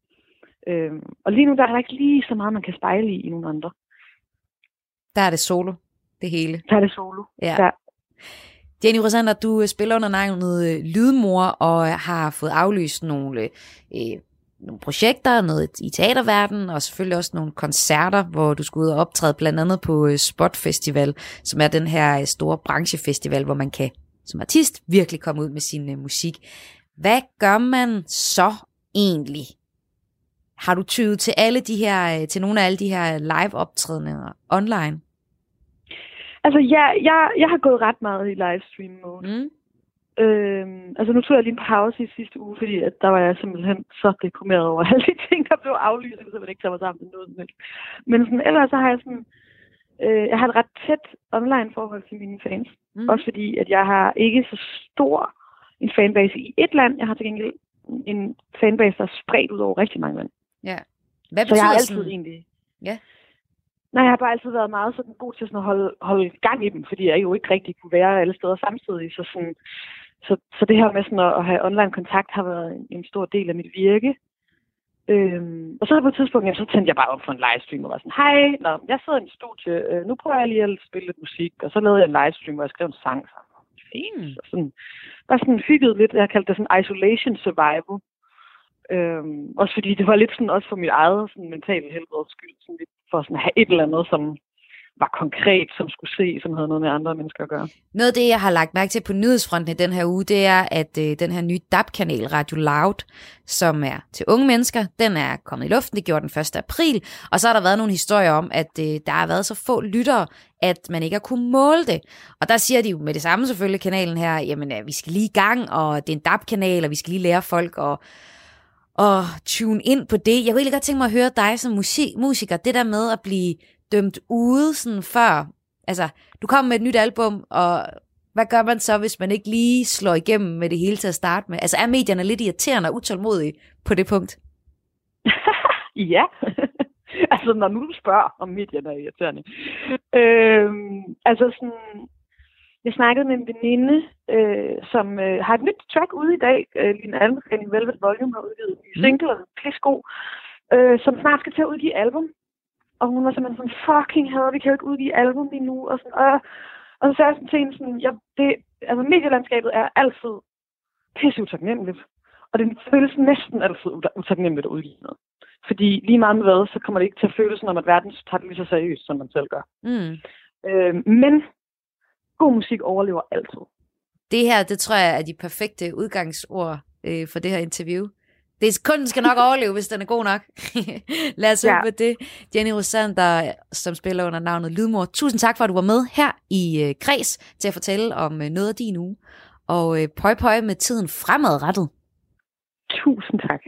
Og lige nu der er der ikke lige så meget, man kan spejle i nogle andre. Der er det solo, det hele. Der er det solo, ja. Jenny Rosander, du spiller under navnet Lydmor, og har fået aflyst nogle projekter, noget i teaterverdenen, og selvfølgelig også nogle koncerter, hvor du skulle ud og optræde, blandt andet på Spot Festival, som er den her store branchefestival, hvor man kan som artist virkelig komme ud med sin musik. Hvad gør man så egentlig? Har du tydet til nogle af alle de her live-optrædninger online? Altså, jeg har gået ret meget i livestream-mode. Altså, nu tog jeg lige en pause i sidste uge, fordi at der var jeg simpelthen så deprimeret over alle de ting, der blev aflyst, så jeg ikke tage mig sammen med noget. Men sådan, ellers så har jeg sådan, jeg har et ret tæt online-forhold til mine fans. Også fordi, at jeg har ikke så stor en fanbase i et land. Jeg har til gengæld en fanbase, der er spredt ud over rigtig mange lande. Ja. Hvad betyder så jeg har altid sådan... egentlig... Ja. Nej, jeg har bare altid været meget sådan god til sådan at holde gang i dem, fordi jeg jo ikke rigtig kunne være alle steder samtidig. Så det her med sådan at have online kontakt har været en stor del af mit virke. Og så på et tidspunkt, så tændte jeg bare op for en livestream og var sådan, hej, jeg sidder i en studie, nu prøver jeg lige at spille lidt musik. Og så lavede jeg en livestream, hvor jeg skrev en sang sammen. Fint. Og sådan, bare sådan hygget lidt, jeg kaldte det sådan isolation survival. Også fordi det var lidt sådan også for mit eget sådan mentale helbredes skyld, sådan lidt for sådan at have et eller andet, var konkret, som skulle se, som havde noget med andre mennesker at gøre. Noget af det, jeg har lagt mærke til på nyhedsfronten i den her uge, det er, at den her nye DAB-kanal, Radio Loud, som er til unge mennesker, den er kommet i luften. Det gjorde den 1. april. Og så har der været nogle historier om, at der har været så få lyttere, at man ikke har kunnet måle det. Og der siger de jo med det samme selvfølgelig, kanalen her, jamen vi skal lige i gang, og det er en DAB-kanal, og vi skal lige lære folk og tune ind på det. Jeg kunne egentlig godt tænke mig at høre dig som musiker, det der med at blive dømt ude sådan før. Altså, du kommer med et nyt album, og hvad gør man så, hvis man ikke lige slår igennem med det hele til at starte med? Altså, er medierne lidt irriterende og utålmodige på det punkt? Ja, altså når nu du spørger, om medierne er irriterende. Altså sådan, jeg snakkede med en veninde, som har et nyt track ude i dag. Line Almgren, Velvet Volume, har udgivet single, pissegod, som snart skal til at udgive album. Og hun var simpelthen sådan, fucking hader, vi kan jo ikke udgive album lige nu. Og så sagde jeg sådan til hende, sådan, medielandskabet er altid pisse utaknemmeligt. Og det føles næsten altid utaknemmeligt at udgive noget. Fordi lige meget med hvad, så kommer det ikke til at føles, som at verden tager det lige så seriøst, som man selv gør. Men god musik overlever altid. Det her, det tror jeg er de perfekte udgangsord for det her interview. Kunden skal nok overleve, hvis den er god nok. Lad os høre på det. Jenny Rosander, som spiller under navnet Lydmor. Tusind tak for, at du var med her i Kreds til at fortælle om noget af din uge. Og pøj pøj med tiden fremadrettet. Tusind tak.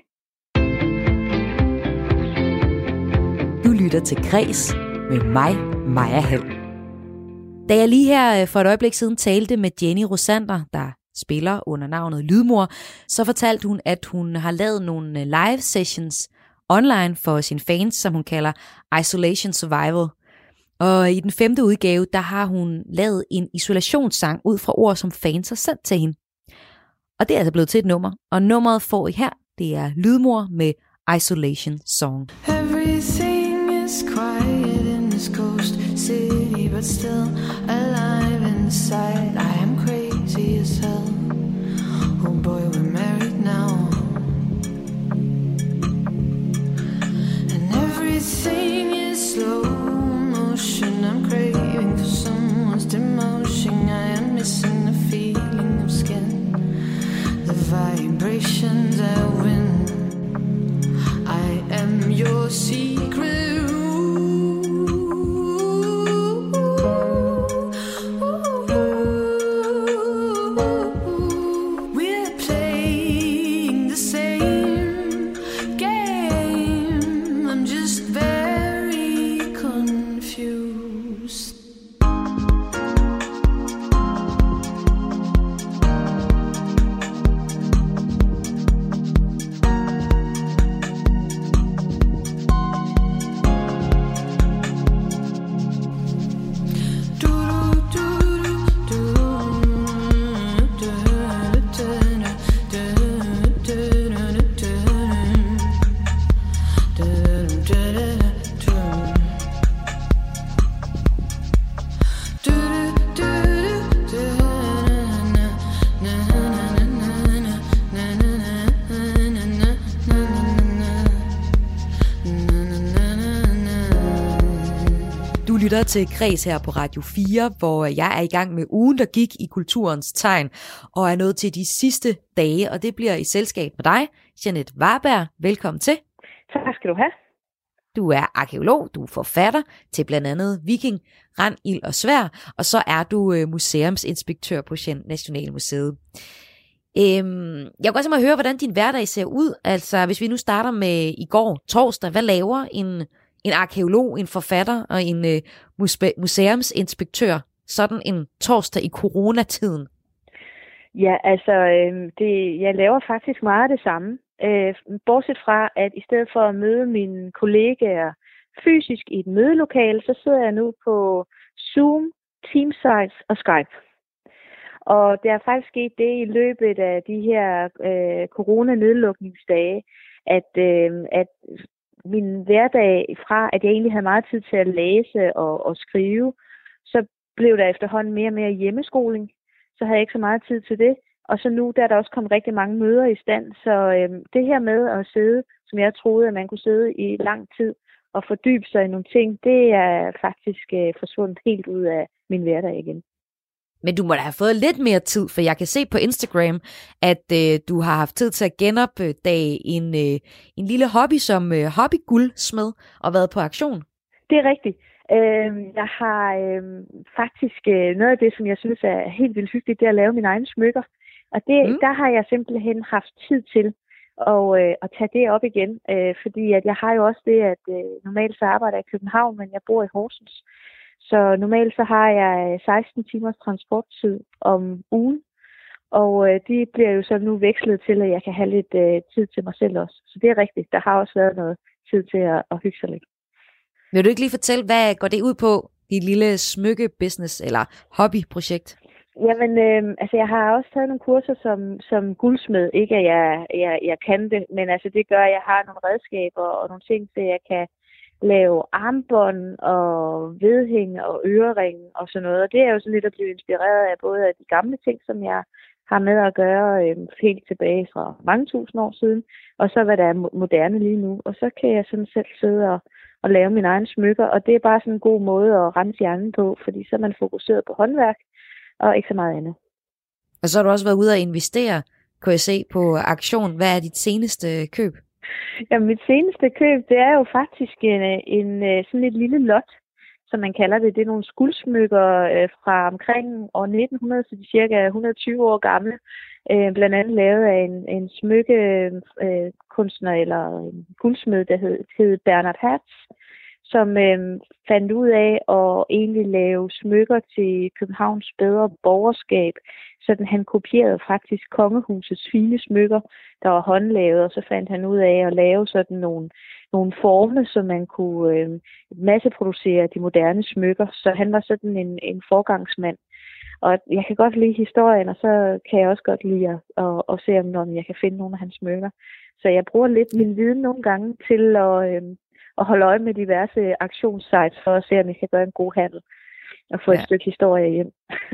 Du lytter til Kreds med mig, Maja Hall. Da jeg lige her for et øjeblik siden talte med Jenny Rosander, der spiller under navnet Lydmor, så fortalte hun, at hun har lavet nogle live sessions online for sine fans, som hun kalder Isolation Survival. Og i den 5. udgave, der har hun lavet en isolationssang ud fra ord, som fans har sendt til hende. Og det er altså blevet til et nummer, og nummeret får I her, det er Lydmor med Isolation Song. Everything is quiet in this ghost city, but still alive inside. I am crazy as hell. Oh boy, we're married now. And everything is slow motion. I'm craving for someone's demotion. I am missing the feeling of skin, the vibrations I win. I am your secret. lytter til Kreds her på Radio 4, hvor jeg er i gang med ugen, der gik i kulturens tegn, og er nået til de sidste dage, og det bliver i selskab med dig, Jeanette Varberg. Velkommen til. Tak skal du have. Du er arkæolog, du er forfatter til blandt andet Viking, Rand, Ild og Sværd, og så er du museumsinspektør på Nationalmuseet. Jeg kunne godt tænke mig at høre, hvordan din hverdag ser ud. Altså, hvis vi nu starter med i går, torsdag, hvad laver en arkæolog, en forfatter og en museumsinspektør sådan en torsdag i coronatiden? Ja, altså, jeg laver faktisk meget det samme. Bortset fra, at i stedet for at møde mine kollegaer fysisk i et mødelokale, så sidder jeg nu på Zoom, Teamsites og Skype. Og der er faktisk sket det i løbet af de her coronanedlukningsdage, at min hverdag fra, at jeg egentlig havde meget tid til at læse og skrive, så blev der efterhånden mere og mere hjemmeskoling. Så havde jeg ikke så meget tid til det. Og så nu, der er der også kommet rigtig mange møder i stand. Så det her med at sidde, som jeg troede, at man kunne sidde i lang tid at fordybe sig i nogle ting, det er faktisk forsvundet helt ud af min hverdag igen. Men du må da have fået lidt mere tid, for jeg kan se på Instagram, at du har haft tid til at genopdage en lille hobby som hobbyguldsmed og været på aktion. Det er rigtigt. Jeg har faktisk noget af det, som jeg synes er helt vildt hyggeligt, det er at lave mine egne smykker. Og der har jeg simpelthen haft tid til at tage det op igen. Fordi at jeg har jo også det, at normalt så arbejder jeg i København, men jeg bor i Horsens. Så normalt så har jeg 16 timers transporttid om ugen. Og de bliver jo så nu vekslet til, at jeg kan have lidt tid til mig selv også. Så det er rigtigt. Der har også været noget tid til at hygge sig lidt. Vil du ikke lige fortælle, hvad går det ud på, dit lille smykkebusiness eller hobbyprojekt? Jamen, altså jeg har også taget nogle kurser som guldsmed. Ikke at jeg kan det, men altså det gør, at jeg har nogle redskaber og nogle ting, så jeg kan lave armbånd og vedhæng og ørering og sådan noget. Og det er jo sådan lidt at blive inspireret af både af de gamle ting, som jeg har med at gøre helt tilbage fra mange tusind år siden, og så hvad der er moderne lige nu. Og så kan jeg sådan selv sidde og lave mine egne smykker, og det er bare sådan en god måde at rense hjernen på, fordi så er man fokuseret på håndværk og ikke så meget andet. Og så har du også været ude og investere, kan jeg se, på aktion. Hvad er dit seneste køb? Ja, mit seneste køb, det er jo faktisk sådan et lille lot, som man kalder det. Det er nogle guldsmykker fra omkring år 1900, så de cirka 120 år gamle. Blandt andet lavet af en smykkekunstner eller en guldsmed, der hed Bernhard Hertz, som fandt ud af at egentlig lave smykker til Københavns bedre borgerskab. Sådan han kopierede faktisk kongehusets fine smykker, der var håndlavet, og så fandt han ud af at lave sådan nogle former, så man kunne masseproducere de moderne smykker. Så han var sådan en forgangsmand. Og jeg kan godt lide historien, og så kan jeg også godt lide at se, om jeg kan finde nogle af hans smykker. Så jeg bruger lidt min viden nogle gange til at holde øje med diverse auktionssites, for at se, om jeg kan gøre en god handel og få et stykke historie hjem.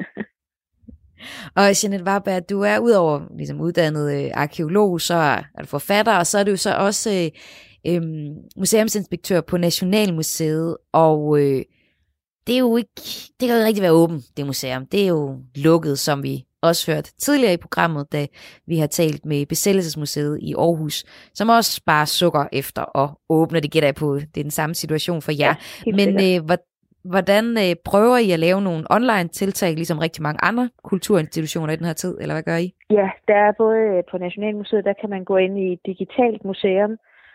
Og Jeanette Varberg, du er udover ligesom uddannet arkeolog, så er du forfatter, og så er du så også museumsinspektør på Nationalmuseet, og det er jo ikke, det kan jo ikke rigtig være åbent, det museum. Det er jo lukket, som vi også hørte tidligere i programmet, da vi har talt med Besættelsesmuseet i Aarhus, som også bare sukker efter at åbne. Det gætter jeg på, det er den samme situation for jer. Ja, men hvordan prøver I at lave nogle online-tiltag, ligesom rigtig mange andre kulturinstitutioner i den her tid, eller hvad gør I? Ja, der er både på Nationalmuseet, der kan man gå ind i et digitalt museum,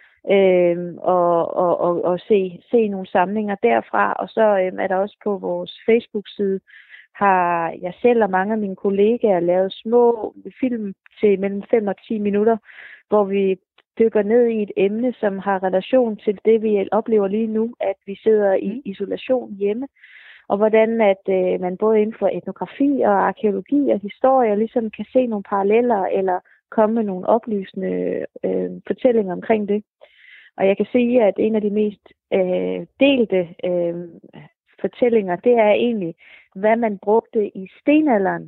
og se nogle samlinger derfra, og så er der også på vores Facebook-side, har jeg selv og mange af mine kollegaer lavet små film til mellem 5 og 10 minutter, hvor vi dykker ned i et emne, som har relation til det, vi oplever lige nu, at vi sidder i isolation hjemme, og hvordan at man både inden for etnografi og arkeologi og historie ligesom kan se nogle paralleller eller komme med nogle oplysende fortællinger omkring det. Og jeg kan sige, at en af de mest delte fortællinger, det er egentlig, hvad man brugte i stenalderen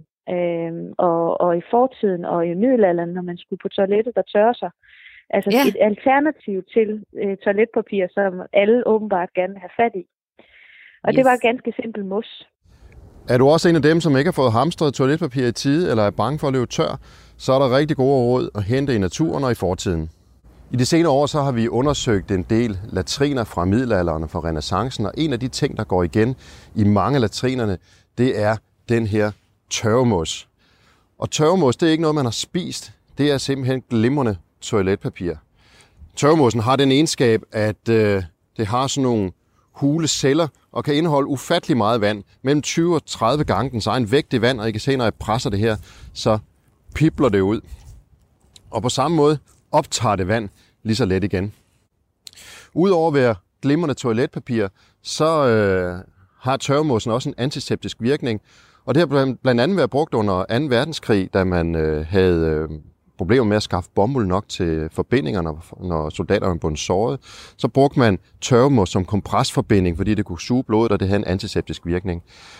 og i fortiden og i middelalderen, når man skulle på toilettet og tørre sig. Altså et alternativ til toiletpapir, som alle åbenbart gerne vil have fat i. Og det var et ganske simpelt mos. Er du også en af dem, som ikke har fået hamstret toiletpapir i tide, eller er bange for at løbe tør, så er der rigtig gode råd at hente i naturen og i fortiden. I de senere år så har vi undersøgt en del latriner fra middelalderen og fra renæssancen, og en af de ting, der går igen i mange latrinerne, det er den her tørvemos. Og tørvemos, det er ikke noget, man har spist. Det er simpelthen glimrende toiletpapir. Tørvemosen har den egenskab, at det har sådan nogle hule celler og kan indeholde ufattelig meget vand. Mellem 20 og 30 gange dens egen vægt i vand, og I kan se, når jeg presser det her, så pibler det ud. Og på samme måde optager det vand lige så let igen. Udover at være glimrende toiletpapir, så har tørvemosen også en antiseptisk virkning. Og det har blandt andet været brugt under 2. verdenskrig, da man havde problemer med at skaffe bomuld nok til forbindingerne, når soldaterne blev såret. Så brugte man tørvemos som kompresforbinding, fordi det kunne suge blodet, og det havde en antiseptisk virkning.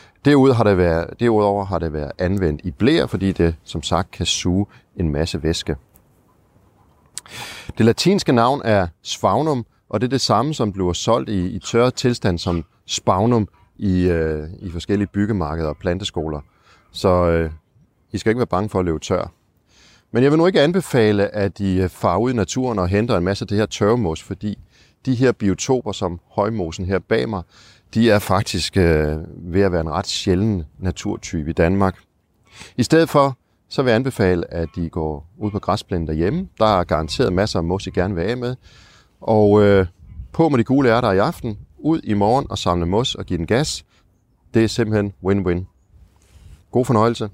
Derudover har det været anvendt i bleer, fordi det som sagt kan suge en masse væske. Det latinske navn er sphagnum, Og det er det samme, som bliver solgt i tørret tilstand som spagnum i forskellige byggemarkeder og planteskoler. Så I skal ikke være bange for at løbe tør. Men jeg vil nu ikke anbefale, at I farer ud i naturen og henter en masse af det her tørvemos, fordi de her biotoper, som højmosen her bag mig, de er faktisk ved at være en ret sjælden naturtype i Danmark. I stedet for, så vil jeg anbefale, at I går ud på græsplænen derhjemme. Der er garanteret masser af mos, I gerne vil af med. Og på med de gule ærter i aften, ud i morgen og samle mos og give den gas. Det er simpelthen win-win. God fornøjelse.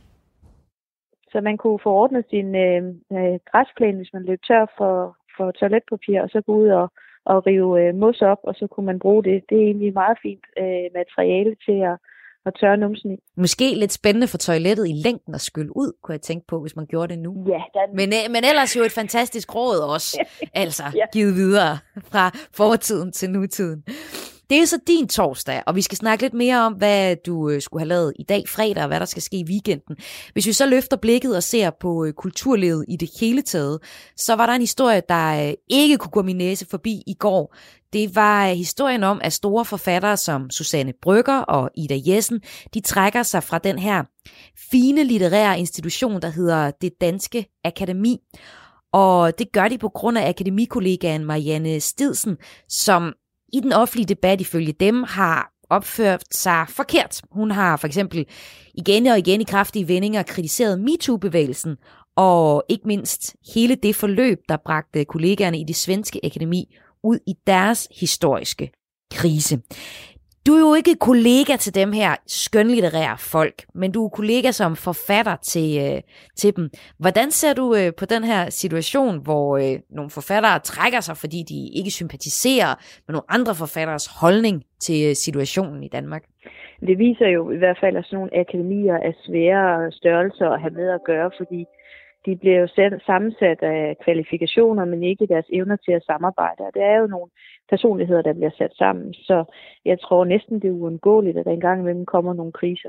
Så man kunne forordne sin græsplæne, hvis man løb tør for toiletpapir, og så gå ud og rive mos op, og så kunne man bruge det. Det er egentlig meget fint materiale til at tørre numsen i. Måske lidt spændende for toilettet i længden at skylle ud, kunne jeg tænke på, hvis man gjorde det nu. Ja, men ellers jo et fantastisk råd også, altså givet videre fra fortiden til nutiden. Det er så din torsdag, og vi skal snakke lidt mere om, hvad du skulle have lavet i dag fredag, og hvad der skal ske i weekenden. Hvis vi så løfter blikket og ser på kulturlivet i det hele taget, så var der en historie, der ikke kunne gå min næse forbi i går. Det var historien om, at store forfattere som Susanne Brøgger og Ida Jessen, de trækker sig fra den her fine litterære institution, der hedder Det Danske Akademi. Og det gør de på grund af akademikollegaen Marianne Stidsen, som i den offentlige debat ifølge dem har opført sig forkert. Hun har for eksempel igen og igen i kraftige vendinger kritiseret MeToo-bevægelsen, og ikke mindst hele det forløb, der bragte kollegaerne i det svenske akademi ud i deres historiske krise. Du er jo ikke kollega til dem her skønlitterære folk, men du er kollega som forfatter til dem. Hvordan ser du på den her situation, hvor nogle forfattere trækker sig, fordi de ikke sympatiserer med nogle andre forfatteres holdning til situationen i Danmark? Det viser jo i hvert fald, at sådan nogle akademier er svære størrelser at have med at gøre, fordi de bliver jo sammensat af kvalifikationer, men ikke deres evner til at samarbejde. Og det er jo nogle personligheder, der bliver sat sammen. Så jeg tror næsten, det er uundgåeligt, at der engang imellem kommer nogle kriser.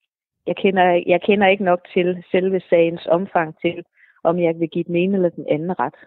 Jeg kender ikke nok til selve sagens omfang til, om jeg vil give den ene eller den anden ret.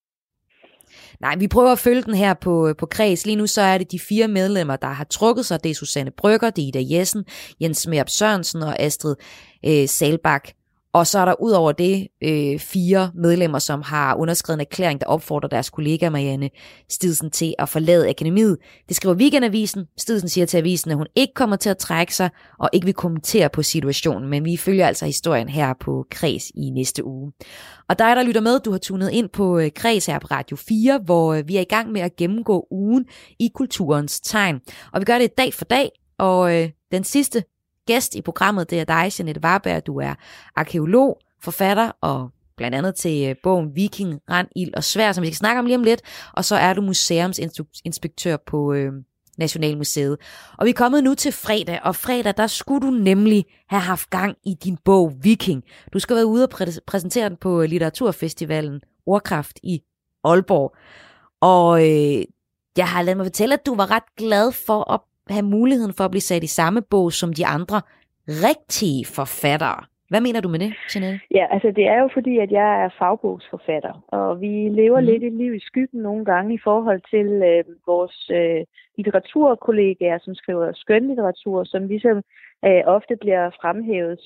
Nej, vi prøver at følge den her på Kreds. Lige nu så er det de 4 medlemmer, der har trukket sig. Det er Susanne Brøgger, det er Ida Jessen, Jens Smerup Sørensen og Astrid Salbak. Og så er der ud over det 4 medlemmer, som har underskrevet en erklæring, der opfordrer deres kollega Marianne Stidsen til at forlade akademiet. Det skriver Weekendavisen. Stidsen siger til avisen, at hun ikke kommer til at trække sig og ikke vil kommentere på situationen. Men vi følger altså historien her på Kreds i næste uge. Og dig, der lytter med, du har tunet ind på Kreds her på Radio 4, hvor vi er i gang med at gennemgå ugen i kulturens tegn. Og vi gør det dag for dag, og den sidste gæst i programmet, det er dig, Jeanette Varberg. Du er arkæolog, forfatter og blandt andet til bogen Viking, Rand, Ild og Sværd, som vi skal snakke om lige om lidt. Og så er du museumsinspektør på Nationalmuseet. Og vi er kommet nu til fredag, og fredag, der skulle du nemlig have haft gang i din bog Viking. Du skal være ude og præsentere den på litteraturfestivalen Ordkraft i Aalborg. Og jeg har ladet mig fortælle, at du var ret glad for at have muligheden for at blive sat i samme bog som de andre rigtige forfattere. Hvad mener du med det, Jeanette? Ja, altså det er jo fordi, at jeg er fagbogsforfatter, og vi lever lidt et liv i skyggen nogle gange i forhold til vores litteraturkollegaer, som skriver skønlitteratur, som ligesom ofte bliver fremhævet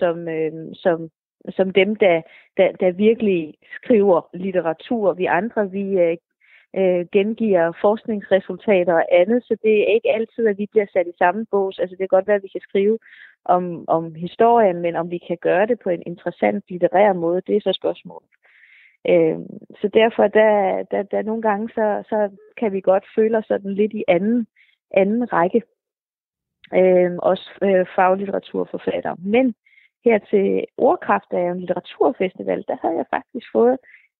som dem, der virkelig skriver litteratur. Vi andre, vi gengiver forskningsresultater og andet, så det er ikke altid, at vi bliver sat i samme bås. Altså det kan godt være, at vi kan skrive om historien, men om vi kan gøre det på en interessant litterær måde, det er så spørgsmålet. Så derfor, der nogle gange, så kan vi godt føle os sådan lidt i anden række. Også faglitteraturforfatter. Men her til Ordkraft af en litteraturfestival, der havde jeg faktisk fået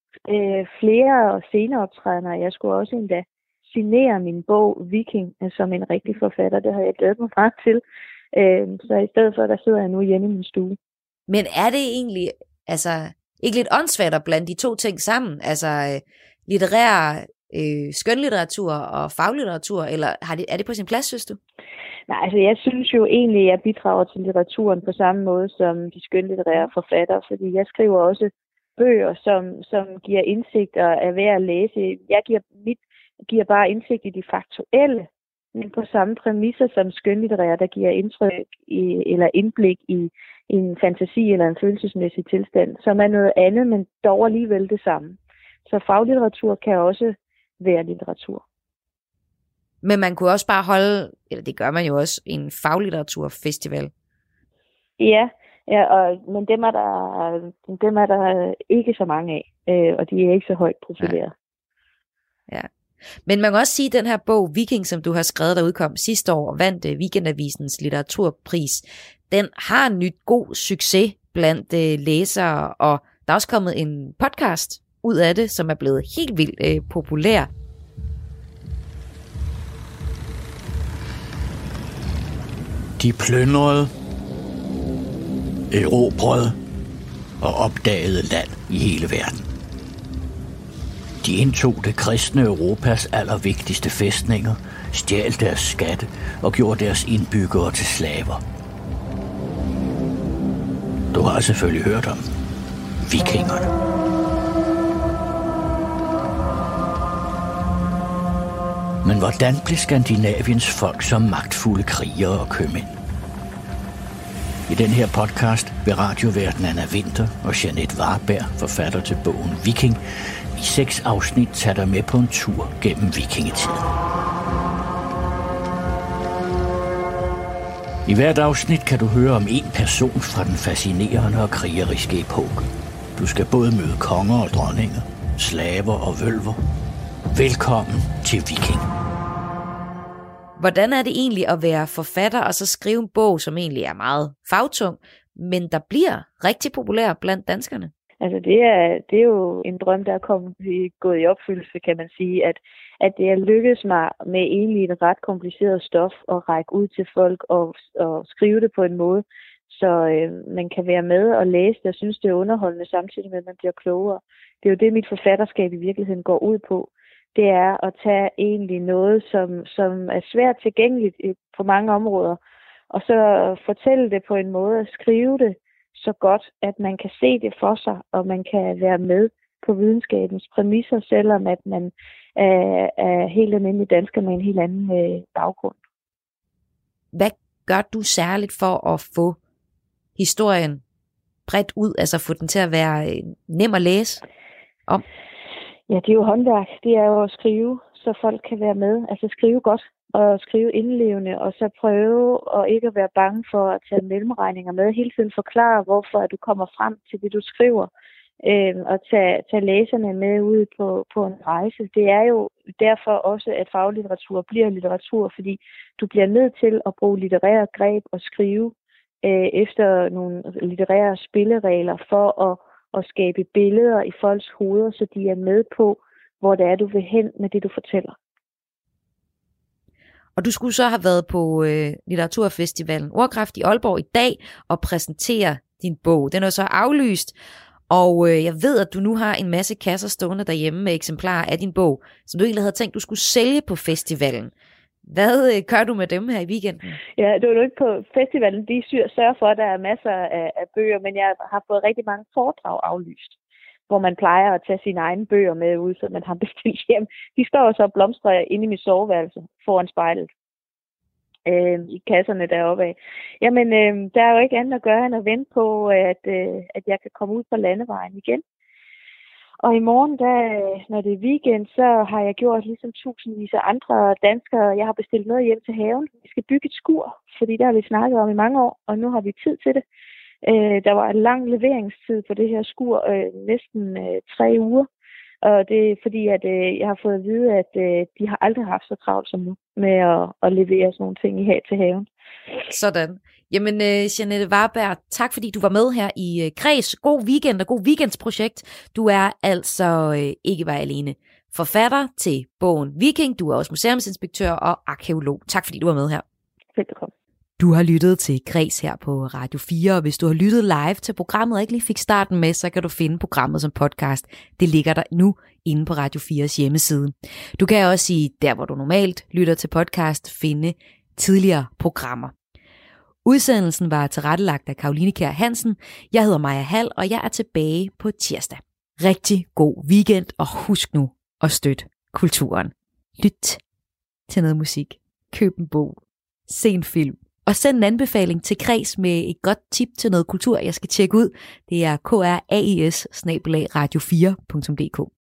flere sceneoptrædener. Jeg skulle også endda signere min bog Viking som en rigtig forfatter. Det har jeg glædet mig meget til. Så i stedet for, der sidder jeg nu hjemme i min stue. Men er det egentlig ikke lidt åndssvagt at blande de to ting sammen? Altså litterær skønlitteratur og faglitteratur, eller er det på sin plads, synes du? Nej, altså jeg synes jo egentlig, at jeg bidrager til litteraturen på samme måde som de skønlitterære forfattere, fordi jeg skriver også bøger, som giver indsigt og er værd at læse. Jeg giver giver bare indsigt i de faktuelle, men på samme præmisser som skønlitterære, der giver indtryk eller indblik i en fantasi eller en følelsesmæssig tilstand, som er noget andet, men dog alligevel det samme. Så faglitteratur kan også være litteratur. Men man kunne også bare holde, eller det gør man jo også, en faglitteraturfestival. Ja, men dem er der ikke så mange af, og de er ikke så højt profileret. Ja. Men man kan også sige, at den her bog, Viking, som du har skrevet, der udkom sidste år og vandt Weekendavisens litteraturpris, den har nyt god succes blandt læsere, og der er også kommet en podcast ud af det, som er blevet helt vildt populær. De plyndrede, erobrede og opdagede land i hele verden. De indtog det kristne Europas allervigtigste fæstninger, stjal deres skatte og gjorde deres indbyggere til slaver. Du har selvfølgelig hørt om vikingerne. Men hvordan blev Skandinaviens folk som magtfulde krigere og købmænd? I den her podcast vil radioværten Anna Winther og Jeanette Varberg, forfatter til bogen Viking, i 6 afsnit tager dig med på en tur gennem vikingetiden. I hvert afsnit kan du høre om en person fra den fascinerende og krigeriske epoke. Du skal både møde konger og dronninger, slaver og vølver. Velkommen til Viking. Hvordan er det egentlig at være forfatter og så skrive en bog, som egentlig er meget fagtung, men der bliver rigtig populær blandt danskerne? Altså det er jo en drøm, der er gået i opfyldelse, kan man sige, at det er lykkedes mig med egentlig et ret kompliceret stof at række ud til folk og skrive det på en måde, så man kan være med og læse det og synes, det er underholdende, samtidig med, at man bliver klogere. Det er jo det, mit forfatterskab i virkeligheden går ud på. Det er at tage egentlig noget, som er svært tilgængeligt på mange områder, og så fortælle det på en måde at skrive det så godt, at man kan se det for sig, og man kan være med på videnskabens præmisser, selvom at man er helt almindelig dansker med en helt anden baggrund. Hvad gør du særligt for at få historien bredt ud, altså få den til at være nem at læse om? Ja, det er jo håndværk. Det er jo at skrive, så folk kan være med. Altså skrive godt og skrive indlevende, og så prøve at ikke at være bange for at tage mellemregninger med. Hele tiden forklare, hvorfor du kommer frem til det, du skriver, og tage læserne med ud på en rejse. Det er jo derfor også, at faglitteratur bliver litteratur, fordi du bliver nødt til at bruge litterære greb og skrive efter nogle litterære spilleregler for at skabe billeder i folks hoveder, så de er med på, hvor det er, du vil hen med det, du fortæller. Og du skulle så have været på litteraturfestivalen Ordkraft i Aalborg i dag og præsentere din bog. Den er så aflyst, og jeg ved, at du nu har en masse kasser stående derhjemme med eksemplarer af din bog, som du egentlig havde tænkt, du skulle sælge på festivalen. Hvad gør du med dem her i weekenden? Ja, det var jo ikke på festivalen. De sørger for, at der er masser af bøger, men jeg har fået rigtig mange foredrag aflyst, hvor man plejer at tage sine egne bøger med ud, så man har bestilt hjem. De står så og blomstrer inde i mit soveværelse foran spejlet i kasserne deroppe af. Jamen, der er jo ikke andet at gøre end at vente på, at jeg kan komme ud på landevejen igen. Og i morgen, når det er weekend, så har jeg gjort ligesom tusindvis af andre danskere. Jeg har bestilt noget hjem til haven. Vi skal bygge et skur, fordi der har vi snakket om i mange år, og nu har vi tid til det. Der var en lang leveringstid på det her skur, næsten 3 uger. Og det er fordi, at jeg har fået at vide, at de har aldrig haft så travlt som nu med at levere sådan nogle ting til haven. Sådan. Jamen, Jeanette Varberg, tak fordi du var med her i Kreds. God weekend og god weekendsprojekt. Du er altså ikke bare alene forfatter til bogen Viking. Du er også museumsinspektør og arkæolog. Tak fordi du var med her. Velkommen. Du har lyttet til Kreds her på Radio 4, og hvis du har lyttet live til programmet og ikke lige fik starten med, så kan du finde programmet som podcast. Det ligger der nu inde på Radio 4's hjemmeside. Du kan også der, hvor du normalt lytter til podcast, finde tidligere programmer. Udsendelsen var tilrettelagt af Caroline Kjær Hansen. Jeg hedder Maja Hall, og jeg er tilbage på tirsdag. Rigtig god weekend, og husk nu at støtte kulturen. lyt til noget musik, køb en bog, se en film, og send en anbefaling til Kreds med et godt tip til noget kultur, jeg skal tjekke ud. Det er kraes@radio4.dk.